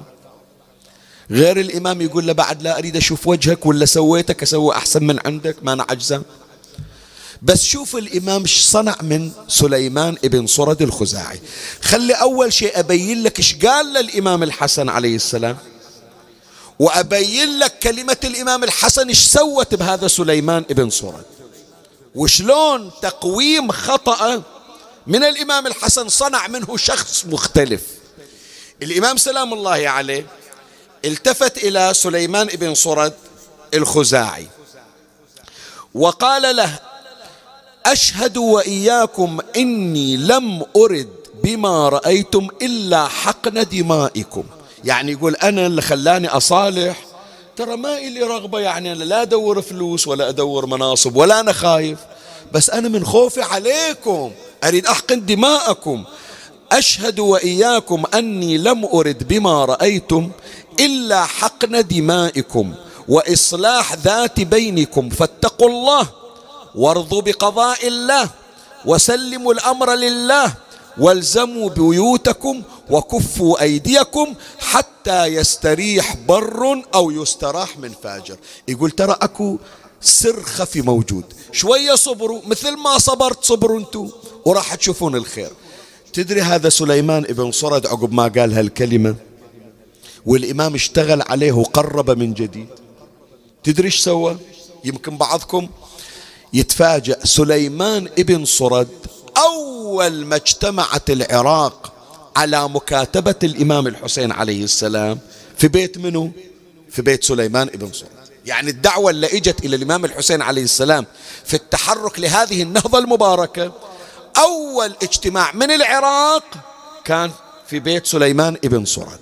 غير الإمام يقول له بعد لا أريد أشوف وجهك، ولا سويتك أسوي أحسن من عندك، ما أنا عجزان. بس شوف الإمام ايش صنع من سليمان ابن صرد الخزاعي. خلي أول شيء أبين لك ايش قال للإمام الحسن عليه السلام، وأبين لك كلمة الإمام الحسن ايش سوت بهذا سليمان ابن صرد، وشلون تقويم خطأ من الإمام الحسن صنع منه شخص مختلف. الإمام سلام الله عليه التفت إلى سليمان ابن صرد الخزاعي وقال له: أشهد وإياكم إني لم أرد بما رأيتم إلا حقن دمائكم. يعني يقول أنا اللي خلاني أصالح ترى ما إلي رغبة، يعني أنا لا أدور فلوس ولا أدور مناصب ولا أنا خايف، بس أنا من خوفي عليكم أريد أحقن دماءكم. أشهد وإياكم أني لم أرد بما رأيتم إلا حقن دمائكم وإصلاح ذات بينكم، فاتقوا الله وارضوا بقضاء الله وسلموا الأمر لله والزموا بيوتكم وكفوا أيديكم حتى يستريح بر أو يستراح من فاجر. يقول ترى أكو سر خفي موجود، شوية صبروا مثل ما صبروا انتو وراح تشوفون الخير. تدري هذا سليمان ابن صرد عقب ما قال هالكلمة والإمام اشتغل عليه وقرب من جديد، تدري ايش سوى؟ يمكن بعضكم يتفاجأ. سليمان ابن صرد أول ما اجتمعت العراق على مكاتبة الإمام الحسين عليه السلام في بيت منه؟ في بيت سليمان ابن صرد. يعني الدعوة اللي اجت إلى الإمام الحسين عليه السلام في التحرك لهذه النهضة المباركة، أول اجتماع من العراق كان في بيت سليمان ابن صرد.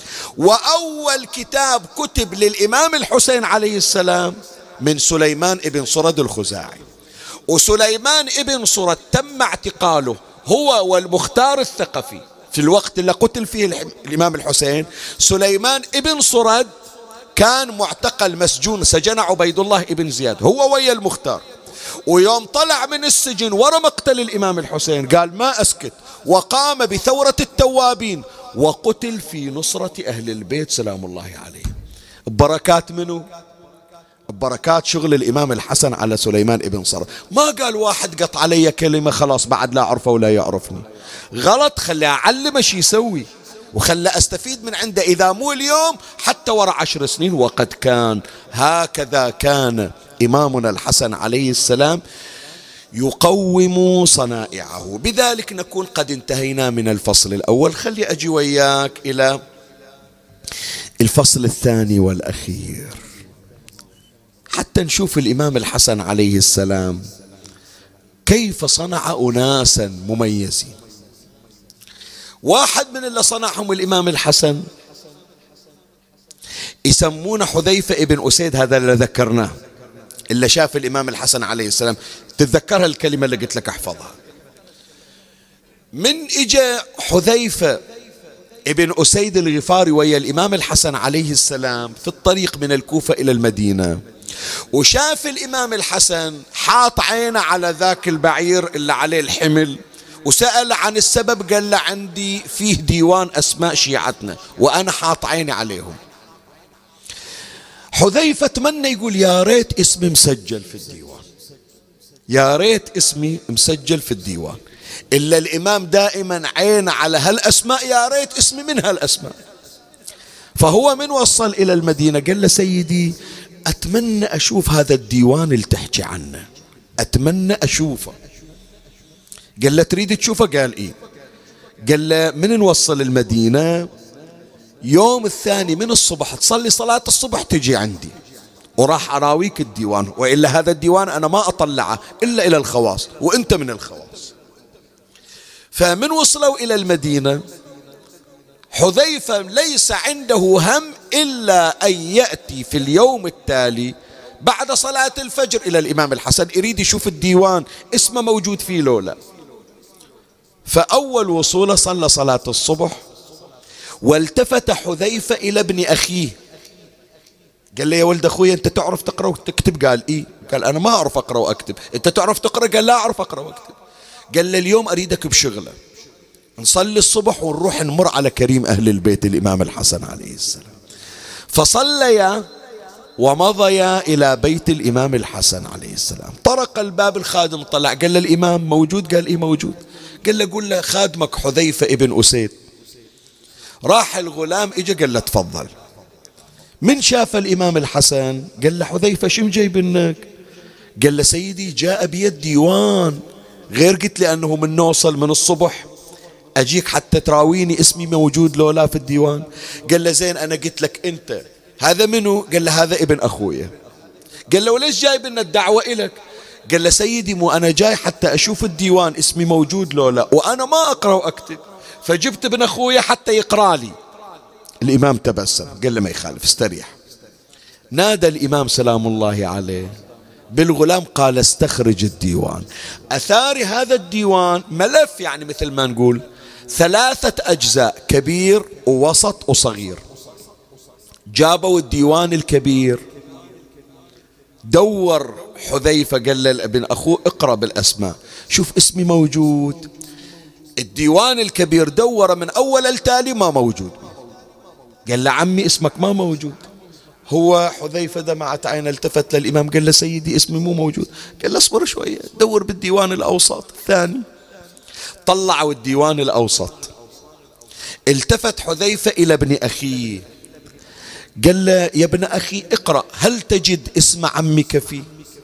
وأول كتاب كتب للإمام الحسين عليه السلام من سليمان ابن صرد الخزاعي. وسليمان ابن صرد تم اعتقاله هو والمختار الثقفي في الوقت اللي قتل فيه الإمام الحسين. سليمان ابن صرد كان معتقل مسجون، سجن عبيد الله ابن زياد هو ويا المختار. ويوم طلع من السجن ورا مقتل الإمام الحسين قال ما أسكت، وقام بثورة التوابين وقتل في نصرة أهل البيت سلام الله عليه. بركات منه؟ بركات شغل الإمام الحسن على سليمان ابن صرد. ما قال واحد قط علي كلمة خلاص بعد لا أعرفه ولا يعرفني. غلط، خلي أعلمه شي يسوي وخلي أستفيد من عنده، إذا مو اليوم حتى ورا 10 سنين. وقد كان هكذا كان إمامنا الحسن عليه السلام يقوم صنائعه. بذلك نكون قد انتهينا من الفصل الأول. خلي أجي وياك إلى الفصل الثاني والأخير حتى نشوف الإمام الحسن عليه السلام كيف صنع أناسا مميزين. واحد من اللي صنعهم الإمام الحسن يسمونه حذيفة ابن أسيد، هذا اللي ذكرناه اللي شاف الإمام الحسن عليه السلام. تتذكرها الكلمة اللي قلت لك احفظها. من إجا حذيفة ابن أسيد الغفاري ويا الإمام الحسن عليه السلام في الطريق من الكوفة إلى المدينة، وشاف الإمام الحسن حاط عينه على ذاك البعير اللي عليه الحمل، وسأل عن السبب قال له عندي فيه ديوان أسماء شيعتنا وأنا حاط عيني عليهم. حذيفة تمنى يقول يا ريت اسمي مسجل في الديوان، يا ريت اسمي مسجل في الديوان. إلا الإمام دائما عين على هالأسماء، يا ريت اسمي من هالأسماء. فهو من وصل إلى المدينة قال له سيدي أتمنى أشوف هذا الديوان اللي تحكي عنه، أتمنى أشوفه. قال له تريد تشوفه؟ قال إيه. قال له من نوصل المدينة يوم الثاني من الصبح تصلي صلاة الصبح تجي عندي وراح أراويك الديوان، وإلا هذا الديوان أنا ما أطلعه إلا إلى الخواص، وأنت من الخواص. فمن وصلوا إلى المدينة حذيفة ليس عنده هم إلا أن يأتي في اليوم التالي بعد صلاة الفجر إلى الإمام الحسن، يريد يشوف الديوان اسمه موجود فيه لولا. فأول وصوله صلى صلاة الصبح، والتفت حذيفة إلى ابن أخيه قال له: يا ولد أخوي أنت تعرف تقرأ وتكتب؟ قال: إيه. قال: أنا ما أعرف أقرأ وأكتب. أنت تعرف تقرأ؟ قال: لا أعرف أقرأ وأكتب. قال له: اليوم أريدك بشغلة، نصلي الصبح ونروح نمر على كريم أهل البيت الإمام الحسن عليه السلام. فصليا ومضيا إلى بيت الإمام الحسن عليه السلام. طرق الباب، الخادم طلع قال له: الإمام موجود؟ قال: إيه موجود. قال له: قل له خادمك حذيفة ابن أسيد. راح الغلام اجى قال له: تفضل. من شاف الإمام الحسن قال له: حذيفة شم جايبنك؟ قال له: سيدي جاء بيد ديوان، غير قلت لي أنه من نوصل من الصبح أجيك حتى تراويني اسمي موجود لو لا في الديوان. قال له: زين أنا قلت لك أنت هذا منو؟ قال له: هذا ابن أخويا. قال له: وليش جايب لنا الدعوة إلك؟ قال له: سيدي مو أنا جاي حتى أشوف الديوان اسمي موجود لو لا، وأنا ما أقرأ وأكتب، فجبت ابن أخويا حتى يقرأ لي. الإمام تبسم قال له: ما يخالف، استريح. نادى الإمام سلام الله عليه بالغلام قال: استخرج الديوان. أثار هذا الديوان ملف، يعني مثل ما نقول 3 أجزاء، كبير ووسط وصغير. جابوا الديوان الكبير، دور حذيفة قال لابن أخوه: اقرأ بالأسماء، شوف اسمي موجود. الديوان الكبير دور من أول التالي ما موجود. قال له: عمي اسمك ما موجود. هو حذيفة دمعت عين، التفت للإمام قال له: سيدي اسمي مو موجود. قال له: اصبر شوية، دور بالديوان الأوسط الثاني. طلعوا الديوان الأوسط. التفت حذيفة إلى ابن أخيه قال له: يا ابن أخي اقرأ، هل تجد اسم عمك فيه؟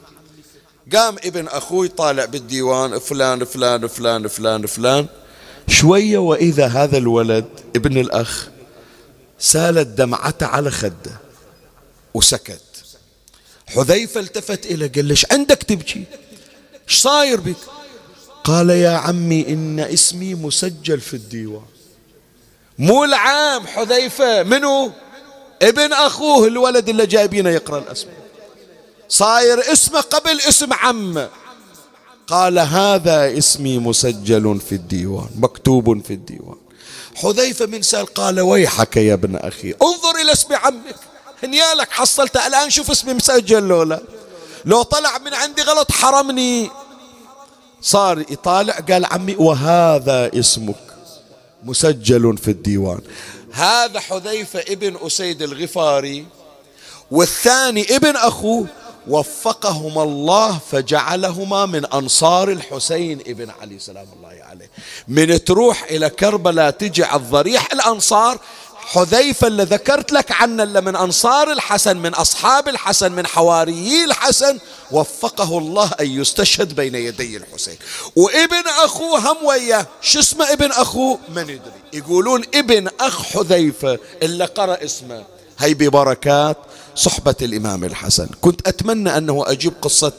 قام ابن أخوي طالع بالديوان: فلان فلان فلان فلان فلان. شوية وإذا هذا الولد ابن الأخ سالت دمعته على خده وسكت. حذيفة التفت إليه قال: ليش عندك تبكي؟ ايش صاير بك؟ قال: يا عمي إن اسمي مسجل في الديوان. مو العام حذيفة، منو؟ ابن أخوه الولد اللي جايبينه يقرأ الأسماء، صاير اسمه قبل اسم عمه. قال: هذا اسمي مسجل في الديوان، مكتوب في الديوان. حذيفة من سأل قال: ويحك يا ابن أخي، انظر إلى اسم عمك، هنيالك حصلته الآن، شوف اسمي مسجل لولا، لو طلع من عندي غلط حرمني. صار يطالع قال: عمي وهذا اسمك مسجل في الديوان. هذا حذيفة ابن أسيد الغفاري، والثاني ابن أخوه، وفقهما الله فجعلهما من أنصار الحسين ابن علي سلام الله عليه. من تروح إلى كربلاء تجي على الضريح الأنصار، حذيفة اللي ذكرت لك عنه اللي من أنصار الحسن، من أصحاب الحسن، من حواريي الحسن، وفقه الله أن يستشهد بين يدي الحسين. وابن أخوه هم وياه، شو اسمه ابن أخوه؟ من يدري، يقولون ابن أخ حذيفة اللي قرأ اسمه. هي ببركات صحبة الإمام الحسن. كنت أتمنى أنه أجيب قصة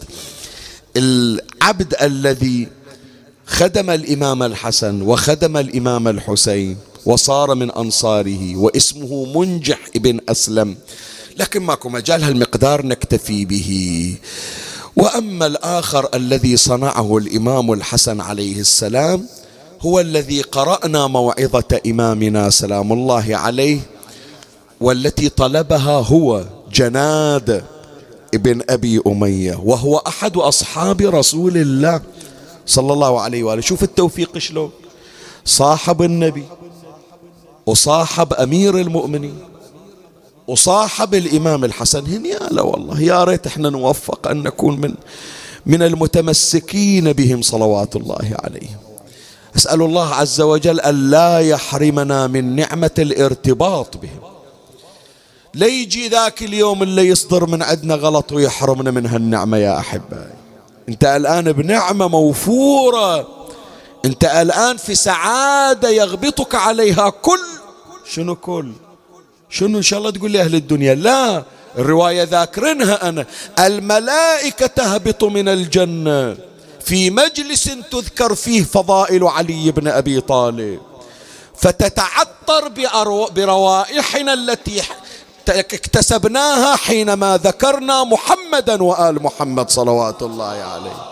العبد الذي خدم الإمام الحسن وخدم الإمام الحسين وصار من أنصاره، واسمه منجح ابن أسلم، لكن ماكو مجال، هالمقدار نكتفي به. وأما الآخر الذي صنعه الإمام الحسن عليه السلام هو الذي قرأنا موعظة إمامنا سلام الله عليه، والتي طلبها هو جناد ابن أبي أمية، وهو أحد أصحاب رسول الله صلى الله عليه وآله. شوف التوفيق شلون، صاحب النبي وصاحب أمير المؤمنين وصاحب الإمام الحسن. هنيالا والله، يا ريت احنا نوفق أن نكون من المتمسكين بهم صلوات الله عليهم. أسأل الله عز وجل أن لا يحرمنا من نعمة الارتباط بهم، لا يجي ذاك اليوم اللي يصدر من عندنا غلط ويحرمنا من هالنعمة. يا أحبائي، أنت الآن بنعمة موفورة، أنت الآن في سعادة يغبطك عليها كل شنو إن شاء الله تقول لي أهل الدنيا، لا، الرواية ذاكرنها أنا، الملائكة تهبط من الجنة في مجلس تذكر فيه فضائل علي بن أبي طالب، فتتعطر بروائحنا التي اكتسبناها حينما ذكرنا محمدا وآل محمد صلوات الله عليه.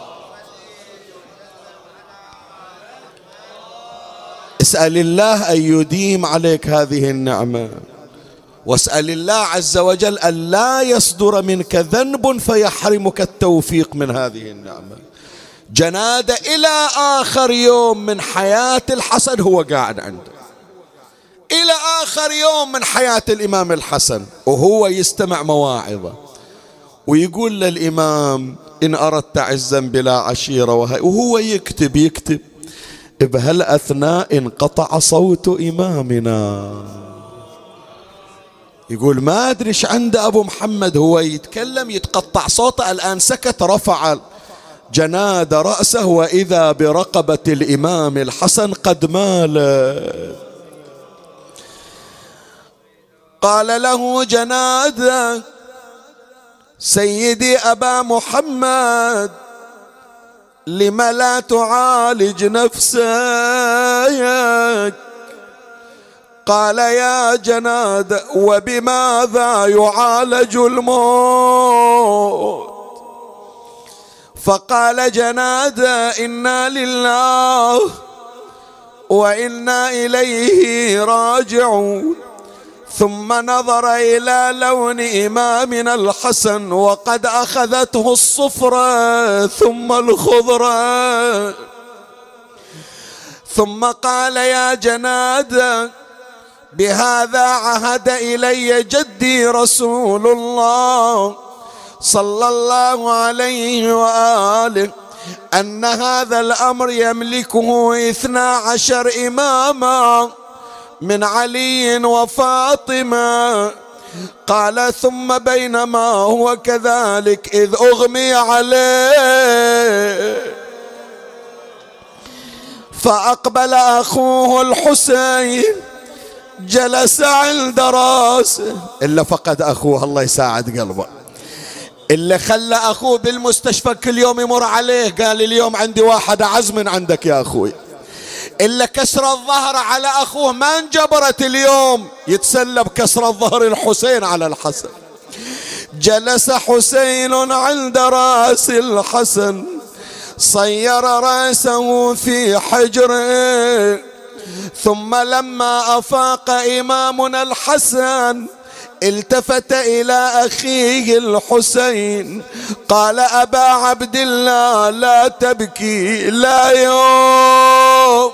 اسأل الله أن يديم عليك هذه النعمة، واسأل الله عز وجل أن لا يصدر منك ذنب فيحرمك التوفيق من هذه النعمة. جنادة إلى آخر يوم من حياة الحسن هو قاعد عنده، إلى آخر يوم من حياة الإمام الحسن وهو يستمع مواعظه، ويقول للإمام إن أردت عزا بلا عشيرة، وهو يكتب بهالأثناء انقطع صوت إمامنا. يقول ما أدري إيش عند أبو محمد، هو يتكلم يتقطع صوته، الآن سكت، رفع جناد رأسه وإذا برقبة الإمام الحسن قد مال. قال له جناد سيدي أبا محمد لم لا تعالج نفسك؟ قال يا جناد وبماذا يعالج الموت؟ فقال جناد إنا لله وإنا إليه راجعون. ثم نظر إلى لون إمامنا الحسن وقد أخذته الصفرة ثم الخضرة، ثم قال يا جناد بهذا عهد إلي جدي رسول الله صلى الله عليه وآله أن هذا الأمر يملكه 12 إماما من علي وفاطمة. قال ثم بينما هو كذلك إذ أغمي عليه فأقبل أخوه الحسين جلس عند راسه، إلا فقد أخوه الله يساعد قلبه، اللي خلى أخوه بالمستشفى كل يوم يمر عليه قال اليوم عندي واحد أعز من عندك يا أخوي، إلا كسر الظهر على أخوه ما انجبرت اليوم يتسلب كسر الظهر الحسين على الحسن. جلس حسين عند رأس الحسن صير رأسه في حجره، ثم لما أفاق إمامنا الحسن التفت إلى أخيه الحسين قال أبا عبد الله لا تبكي، لا يوم.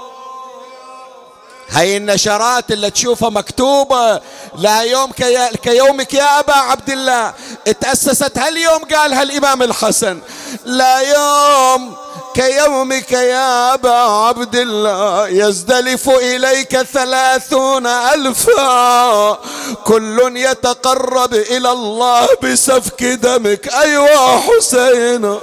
هاي النشرات اللي تشوفها مكتوبة لا يوم كيومك يا أبا عبد الله اتأسست هاليوم قالها الإمام الحسن، لا يوم كيومك يا أبا عبد الله يزدلف إليك 30,000 كل يتقرب إلى الله بسفك دمك. أيوة حسين.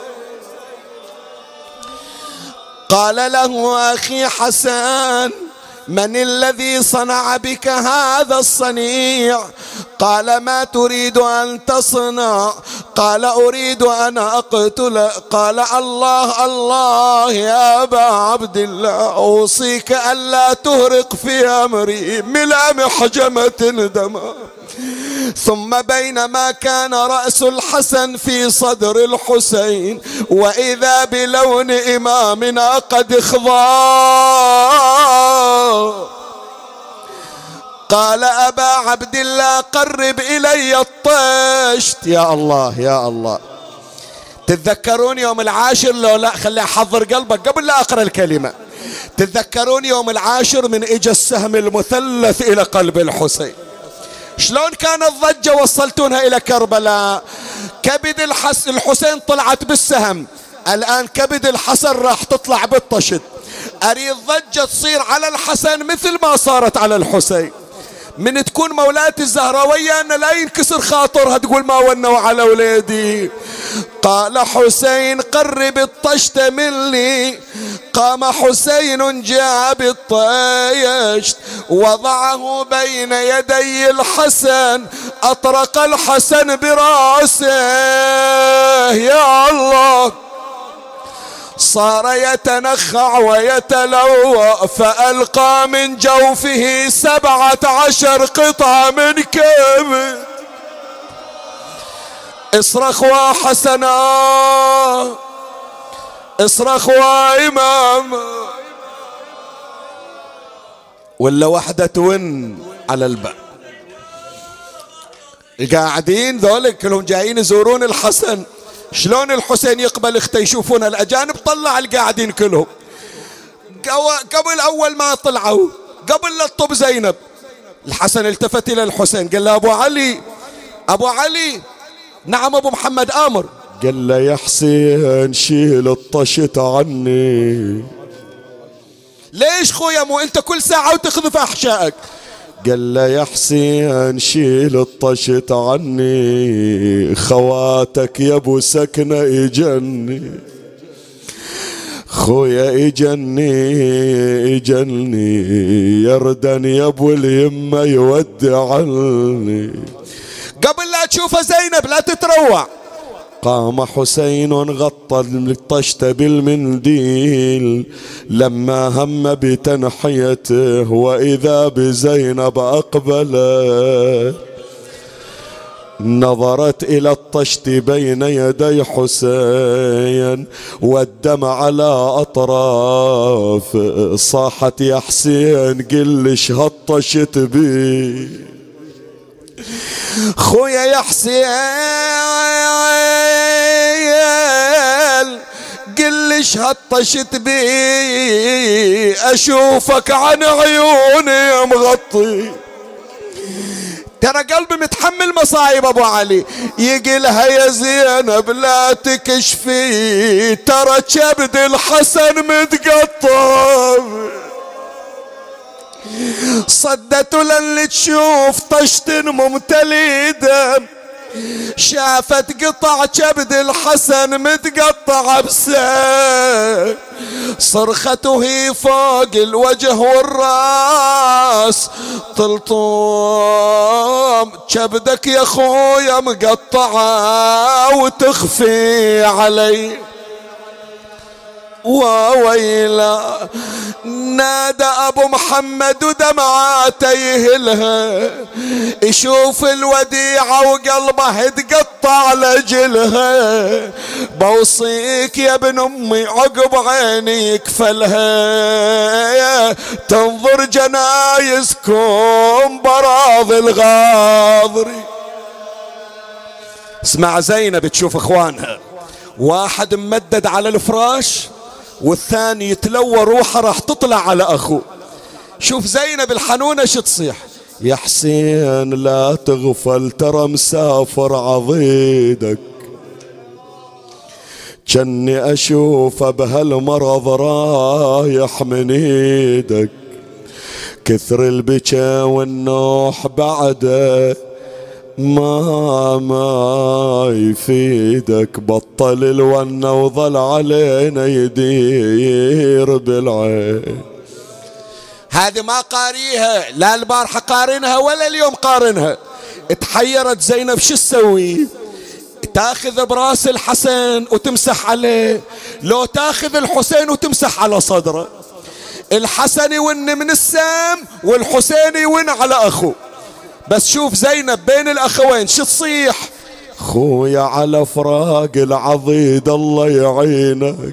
قال له أخي حسن من الذي صنع بك هذا الصنيع؟ قال ما تريد أن تصنع؟ قال أريد أن أقتل. قال الله الله يا أبا عبد الله أوصيك ألا تهرق في أمري ملء محجمة دما. ثم بينما كان رأس الحسن في صدر الحسين وإذا بلون إمامنا قد اخضر. قال أبا عبد الله قرب إلي الطشت. يا الله يا الله. تتذكرون يوم العاشر؟ لو لا خلي أحضر قلبك قبل لا أقرأ الكلمة. تتذكرون يوم العاشر من إجا السهم المثلث إلى قلب الحسين؟ شلون كانت ضجة وصلتونها إلى كربلاء؟ كبد الحسين طلعت بالسهم، الآن كبد الحسن راح تطلع بالطشت. أريد ضجة تصير على الحسن مثل ما صارت على الحسين. من تكون مولاتي الزهراوية أن لا ينكسر خاطرها تقول ما ونوا على ولادي. قال حسين قرب الطشت مني. قام حسين جاء بالطشت وضعه بين يدي الحسن. أطرق الحسن براسه يا الله، صار يتنخع ويتلوى، فألقى من جوفه 17 قطعة من كبد. اصرخ وحسنا، اصرخ وإمام، ولا وحدة تون على الباب. القاعدين ذولك كلهم جايين يزورون الحسن، شلون الحسين يقبل اخته يشوفون الأجانب؟ طلع القاعدين كلهم. قبل أول ما طلعوا، قبل لا تطب زينب، الحسن التفت إلى الحسين قال له أبو علي، أبو علي. نعم أبو محمد آمر. قال له يا حسين شيل الطشت عني. ليش خويا مو انت كل ساعة وتخذف أحشائك؟ قال له يا حسين شيل الطشت عني، خواتك يا ابو سكنة اجني، خويا اجني يردن يا ابو اليمة يودعني. قبل لا تشوف زينب لا تتروع، قام حسين غطى الطشت بالمنديل لما هم بتنحيته، وإذا بزينب أقبلت نظرت إلى الطشت بين يدي حسين والدمع على أطراف، صاحت يا حسين قلش هالطشت بي، خويا يا حسين قلش هالطشت بي، أشوفك عن عيوني مغطي. ترى قلبي متحمل مصايب أبو علي. يقلها يا زينب لا تكشفي، ترى كبد الحسن متقطع، صدته للي تشوف طشت ممتلي دم، شافت قطع كبد الحسن متقطع بسيف، صرخته هي فوق الوجه والراس، طلطوم كبدك يا خويا مقطعة وتخفي علي. وويلا نادى أبو محمد ودمعاته يهلها، يشوف الوديعة وقلبه يتقطع لجلها، بوصيك يا ابن أمي عقب عيني يكفلها، تنظر جنايزكم براضي الغاضري. اسمع زينب تشوف اخوانها، واحد ممدد على الفراش والثاني يتلوى روحه راح تطلع على أخوه. شوف زينب الحنونة شو تصيح، يا حسين لا تغفل ترى مسافر عضيدك، جني أشوف بهالمرض رايح من ايدك، كثر البكا والنوح بعده ما يفيدك، بطل الونة وظل علينا يدير بالعين. هذه ما قاريها، لا البارحة قارنها ولا اليوم قارنها. اتحيرت زينب شو تسوي؟ تاخذ براس الحسن وتمسح عليه، لو تاخذ الحسين وتمسح على صدره. الحسن يون من السام والحسين يون على أخوه. بس شوف زينب بين الأخوين شو تصيح، خويا على فراق العضيد الله يعينك،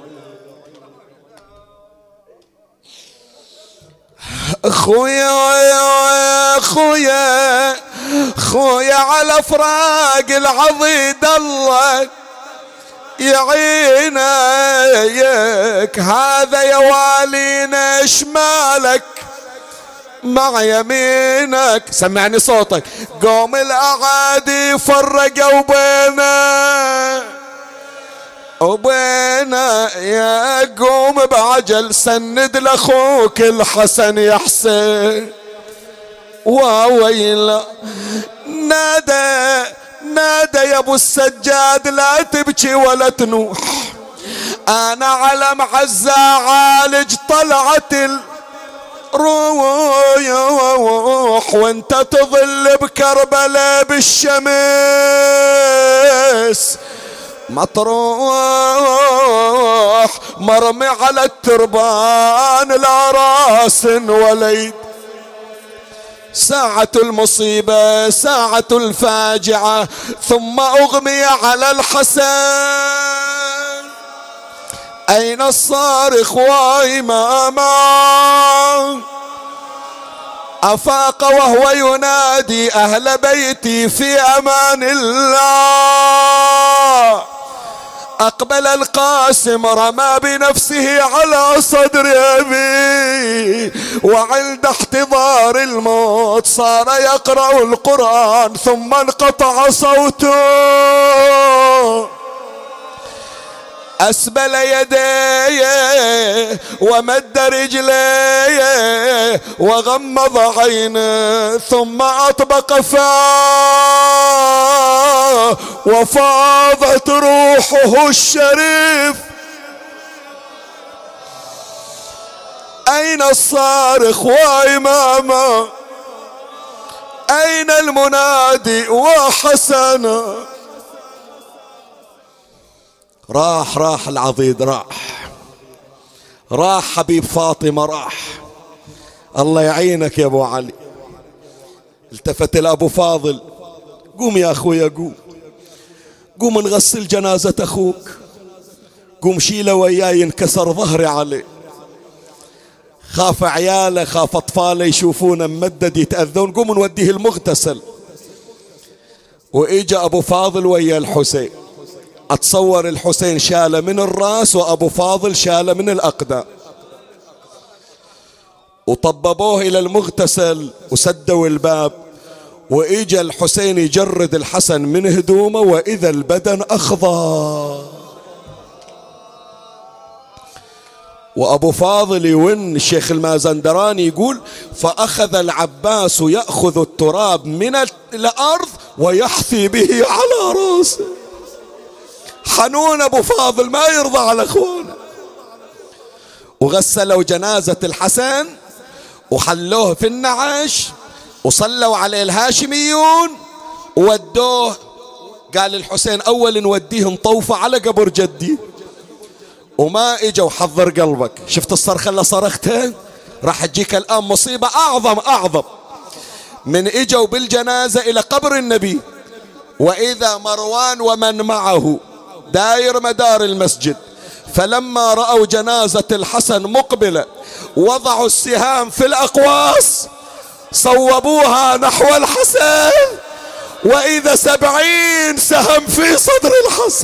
خويا خويا خويا على فراق العضيد الله يعينك، هذا يا والينا شمالك مع يمينك. سمعني صوتك. قوم الأعادي فرقوا وبينا يا قوم بعجل سند لأخوك الحسن يا حسين. وويلا نادى يا ابو السجاد لا تبكي ولا تنوح، انا على معزة عالج طلعت الروح وانت تظل كربلاء بالشمس مطروح مرمي على التربان لا راس وليد. ساعة المصيبة ساعة الفاجعة ثم أغمي على الحسن. أين الصارخ وإماما؟ أفاق وهو ينادي أهل بيتي في أمان الله. أقبل القاسم رمى بنفسه على صدر أبي، وعند احتضار الموت صار يقرأ القرآن ثم انقطع صوته. أسبل يديه ومد رجليه وغمض عينه ثم أطبق فاه وفاضت روحه الشريف. أين الصارخ وإماما؟ أين المنادي وحسنا؟ راح العضيد، راح حبيب فاطمة، راح. الله يعينك يا ابو علي. التفت لابو فاضل، قوم يا اخويا قوم نغسل جنازة اخوك، قوم شيله وياي ينكسر ظهري عليه. خاف عياله خاف اطفاله يشوفونه ممدد يتأذون، قوم نوديه المغتسل. واجا ابو فاضل ويا الحسين، اتصور الحسين شاله من الراس وابو فاضل شاله من الاقدام، وطببوه الى المغتسل وسدوا الباب. واجا الحسين يجرد الحسن من هدومه واذا البدن اخضر، وابو فاضل يون. الشيخ المازندراني يقول فاخذ العباس ياخذ التراب من الارض ويحثي به على راسه. حنون ابو فاضل ما يرضى على اخوانه. وغسلوا جنازة الحسن وحلوه في النعش وصلوا عليه الهاشميون وودوه. قال الحسين اول نوديه نطوفه على قبر جدي، وما اجوا. حضر قلبك، شفت الصرخة اللي صرختها؟ راح تجيك الان مصيبة اعظم من اجوا بالجنازة الى قبر النبي، واذا مروان ومن معه داير مدار المسجد. فلما رأوا جنازة الحسن مقبلة وضعوا السهام في الأقواس صوبوها نحو الحسن، وإذا 70 سهم في صدر الحسن.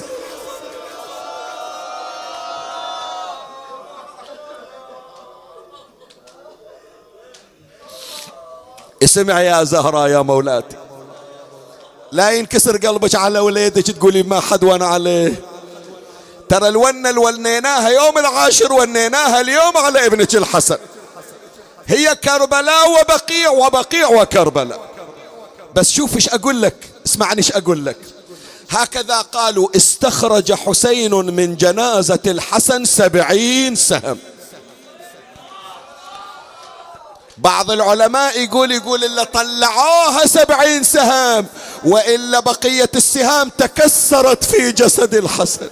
اسمع يا زهرة يا مولاتي، لا ينكسر قلبك على وليدك تقولي ما حد وانا عليه. ترى الونة اللي ونيناها يوم العاشر ونيناها اليوم على ابنك الحسن. هي كربلاء وبقيع وكربلاء. بس شوف ايش اقول لك، اسمعني ايش اقول لك. هكذا قالوا استخرج حسين من جنازة الحسن 70 سهم. بعض العلماء يقول اللي طلعوها 70 سهم، وإلا بقية السهام تكسرت في جسد الحسن.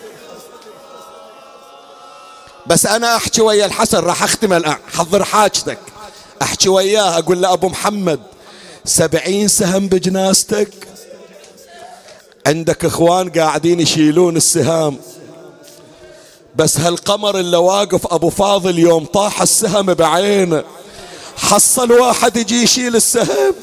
بس أنا أحكي ويا الحسن، راح أختم الآن، حضر حاجتك. أحكي وياه أقول له أبو محمد 70 سهم بجنازتك، عندك إخوان قاعدين يشيلون السهام، بس هالقمر اللي واقف أبو فاضل يوم طاح السهم بعينه حصل واحد يجي يشيل السهم.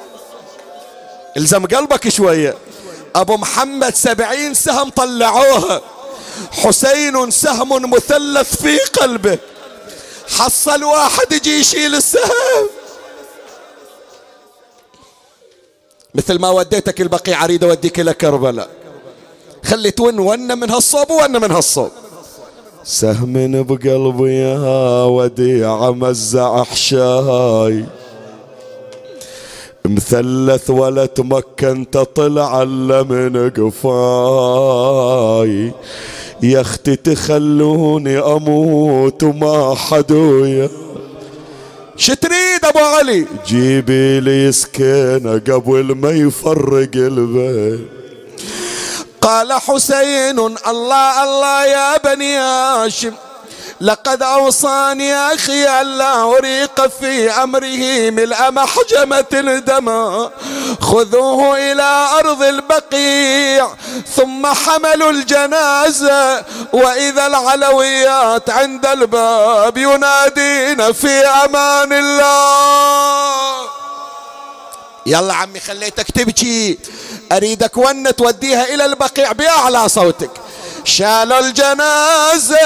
الزم قلبك شوية. أبو محمد 70 سهم طلعوها، حسين سهم مثلث في قلبه، حصل واحد يجي يشيل السهم. مثل ما وديتك البقيع أريد أوديك إلى كربلاء، خلي ون من هالصوب وون من هالصوب. سهم بقلبي يا وديع مزع حشاي، مثلث ولا تمكنت طلع الا من قفاي. يا اختي تخلوني اموت وما حد ويا. شو تريد ابو ابو علي جيبي لي سكينة قبل ما يفرق البيت. قال حسين الله الله يا بني هاشم لقد أوصاني أخي ألا أريق في أمره ملء محجمة دما، خذوه إلى أرض البقيع ثم حملوا الجنازة، وإذا العلويات عند الباب ينادين في أمان الله. يلا عمي خليتك تبكي، أريدك ون توديها إلى البقيع بأعلى صوتك. شالوا الجنازة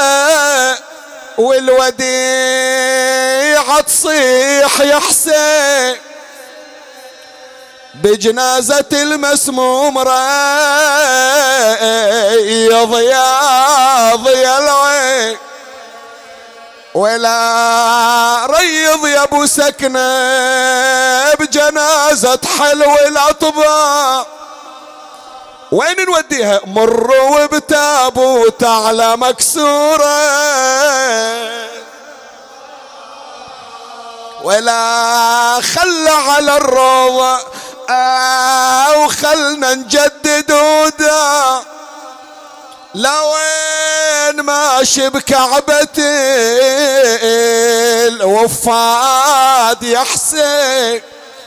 والوديعة تصيح يا حسين، بجنازة المسموم ريض يا ضيا العين، ولا ريض يا ابو سكنة بجنازة حلو الاطباء. وين نوديها؟ مروا بتابوت على مكسورة، ولا خلى على الروضة وخلنا نجدد ودا، لوين ماشي بكعبة الوفاد يا حسين،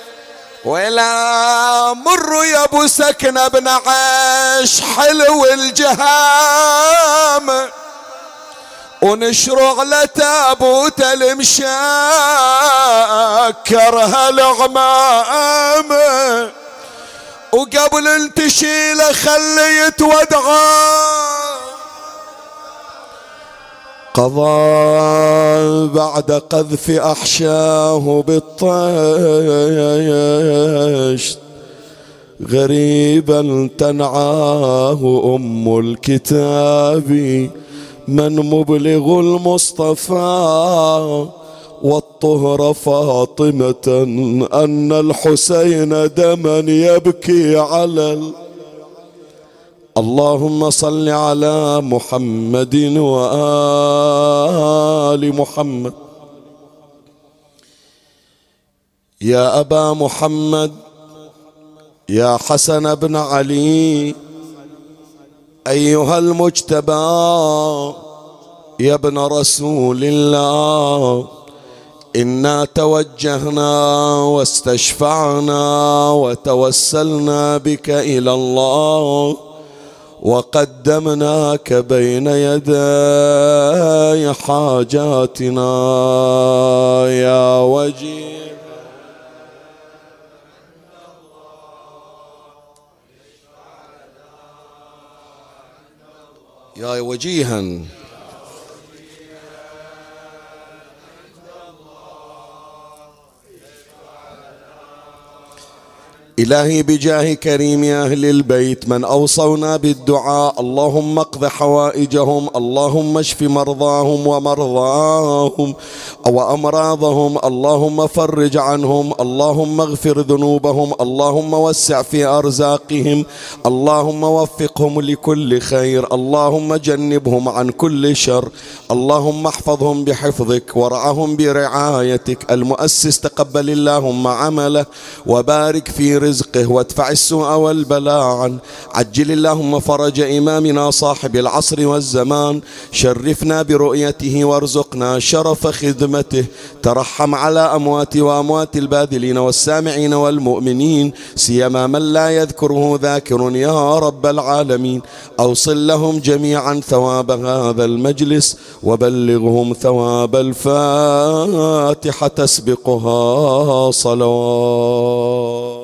ولا مروا يا ابو سكنة بن عيش حلو الجهام، ونشرع لتابوت المشاكر هالعمام، وقبل انتشيله خلي يتودعا. قضى بعد قذف أحشاه بالطيش، غريبا تنعاه أم الكتاب، من مبلغ المصطفى والطهر فاطمة، أن الحسين دما يبكي على اللهم صل على محمد وآل محمد. يا أبا محمد، يا حسن بن علي، أيها المجتبى، يا ابن رسول الله، إنا توجهنا واستشفعنا وتوسلنا بك إلى الله، وقدمناك بين يدي حاجاتنا يا وجيه. يا وجيها إلهي بجاه كريم أهل البيت من أوصونا بالدعاء، اللهم اقض حوائجهم، اللهم اشف مرضاهم ومرضاهم وأمراضهم، اللهم فرج عنهم، اللهم اغفر ذنوبهم، اللهم وسع في أرزاقهم، اللهم وفقهم لكل خير، اللهم جنبهم عن كل شر، اللهم احفظهم بحفظك وارعهم برعايتك. المؤسس تقبل اللهم عمله وبارك في رزقه وادفع السوء والبلاء عنه. عجل اللهم فرج إمامنا صاحب العصر والزمان، شرفنا برؤيته وارزقنا شرف خدمته. ترحم على أموات وأموات الباذلين والسامعين والمؤمنين، سيما من لا يذكره ذاكر يا رب العالمين. أوصل لهم جميعا ثواب هذا المجلس، وبلغهم ثواب الفاتحة تسبقها صلوات.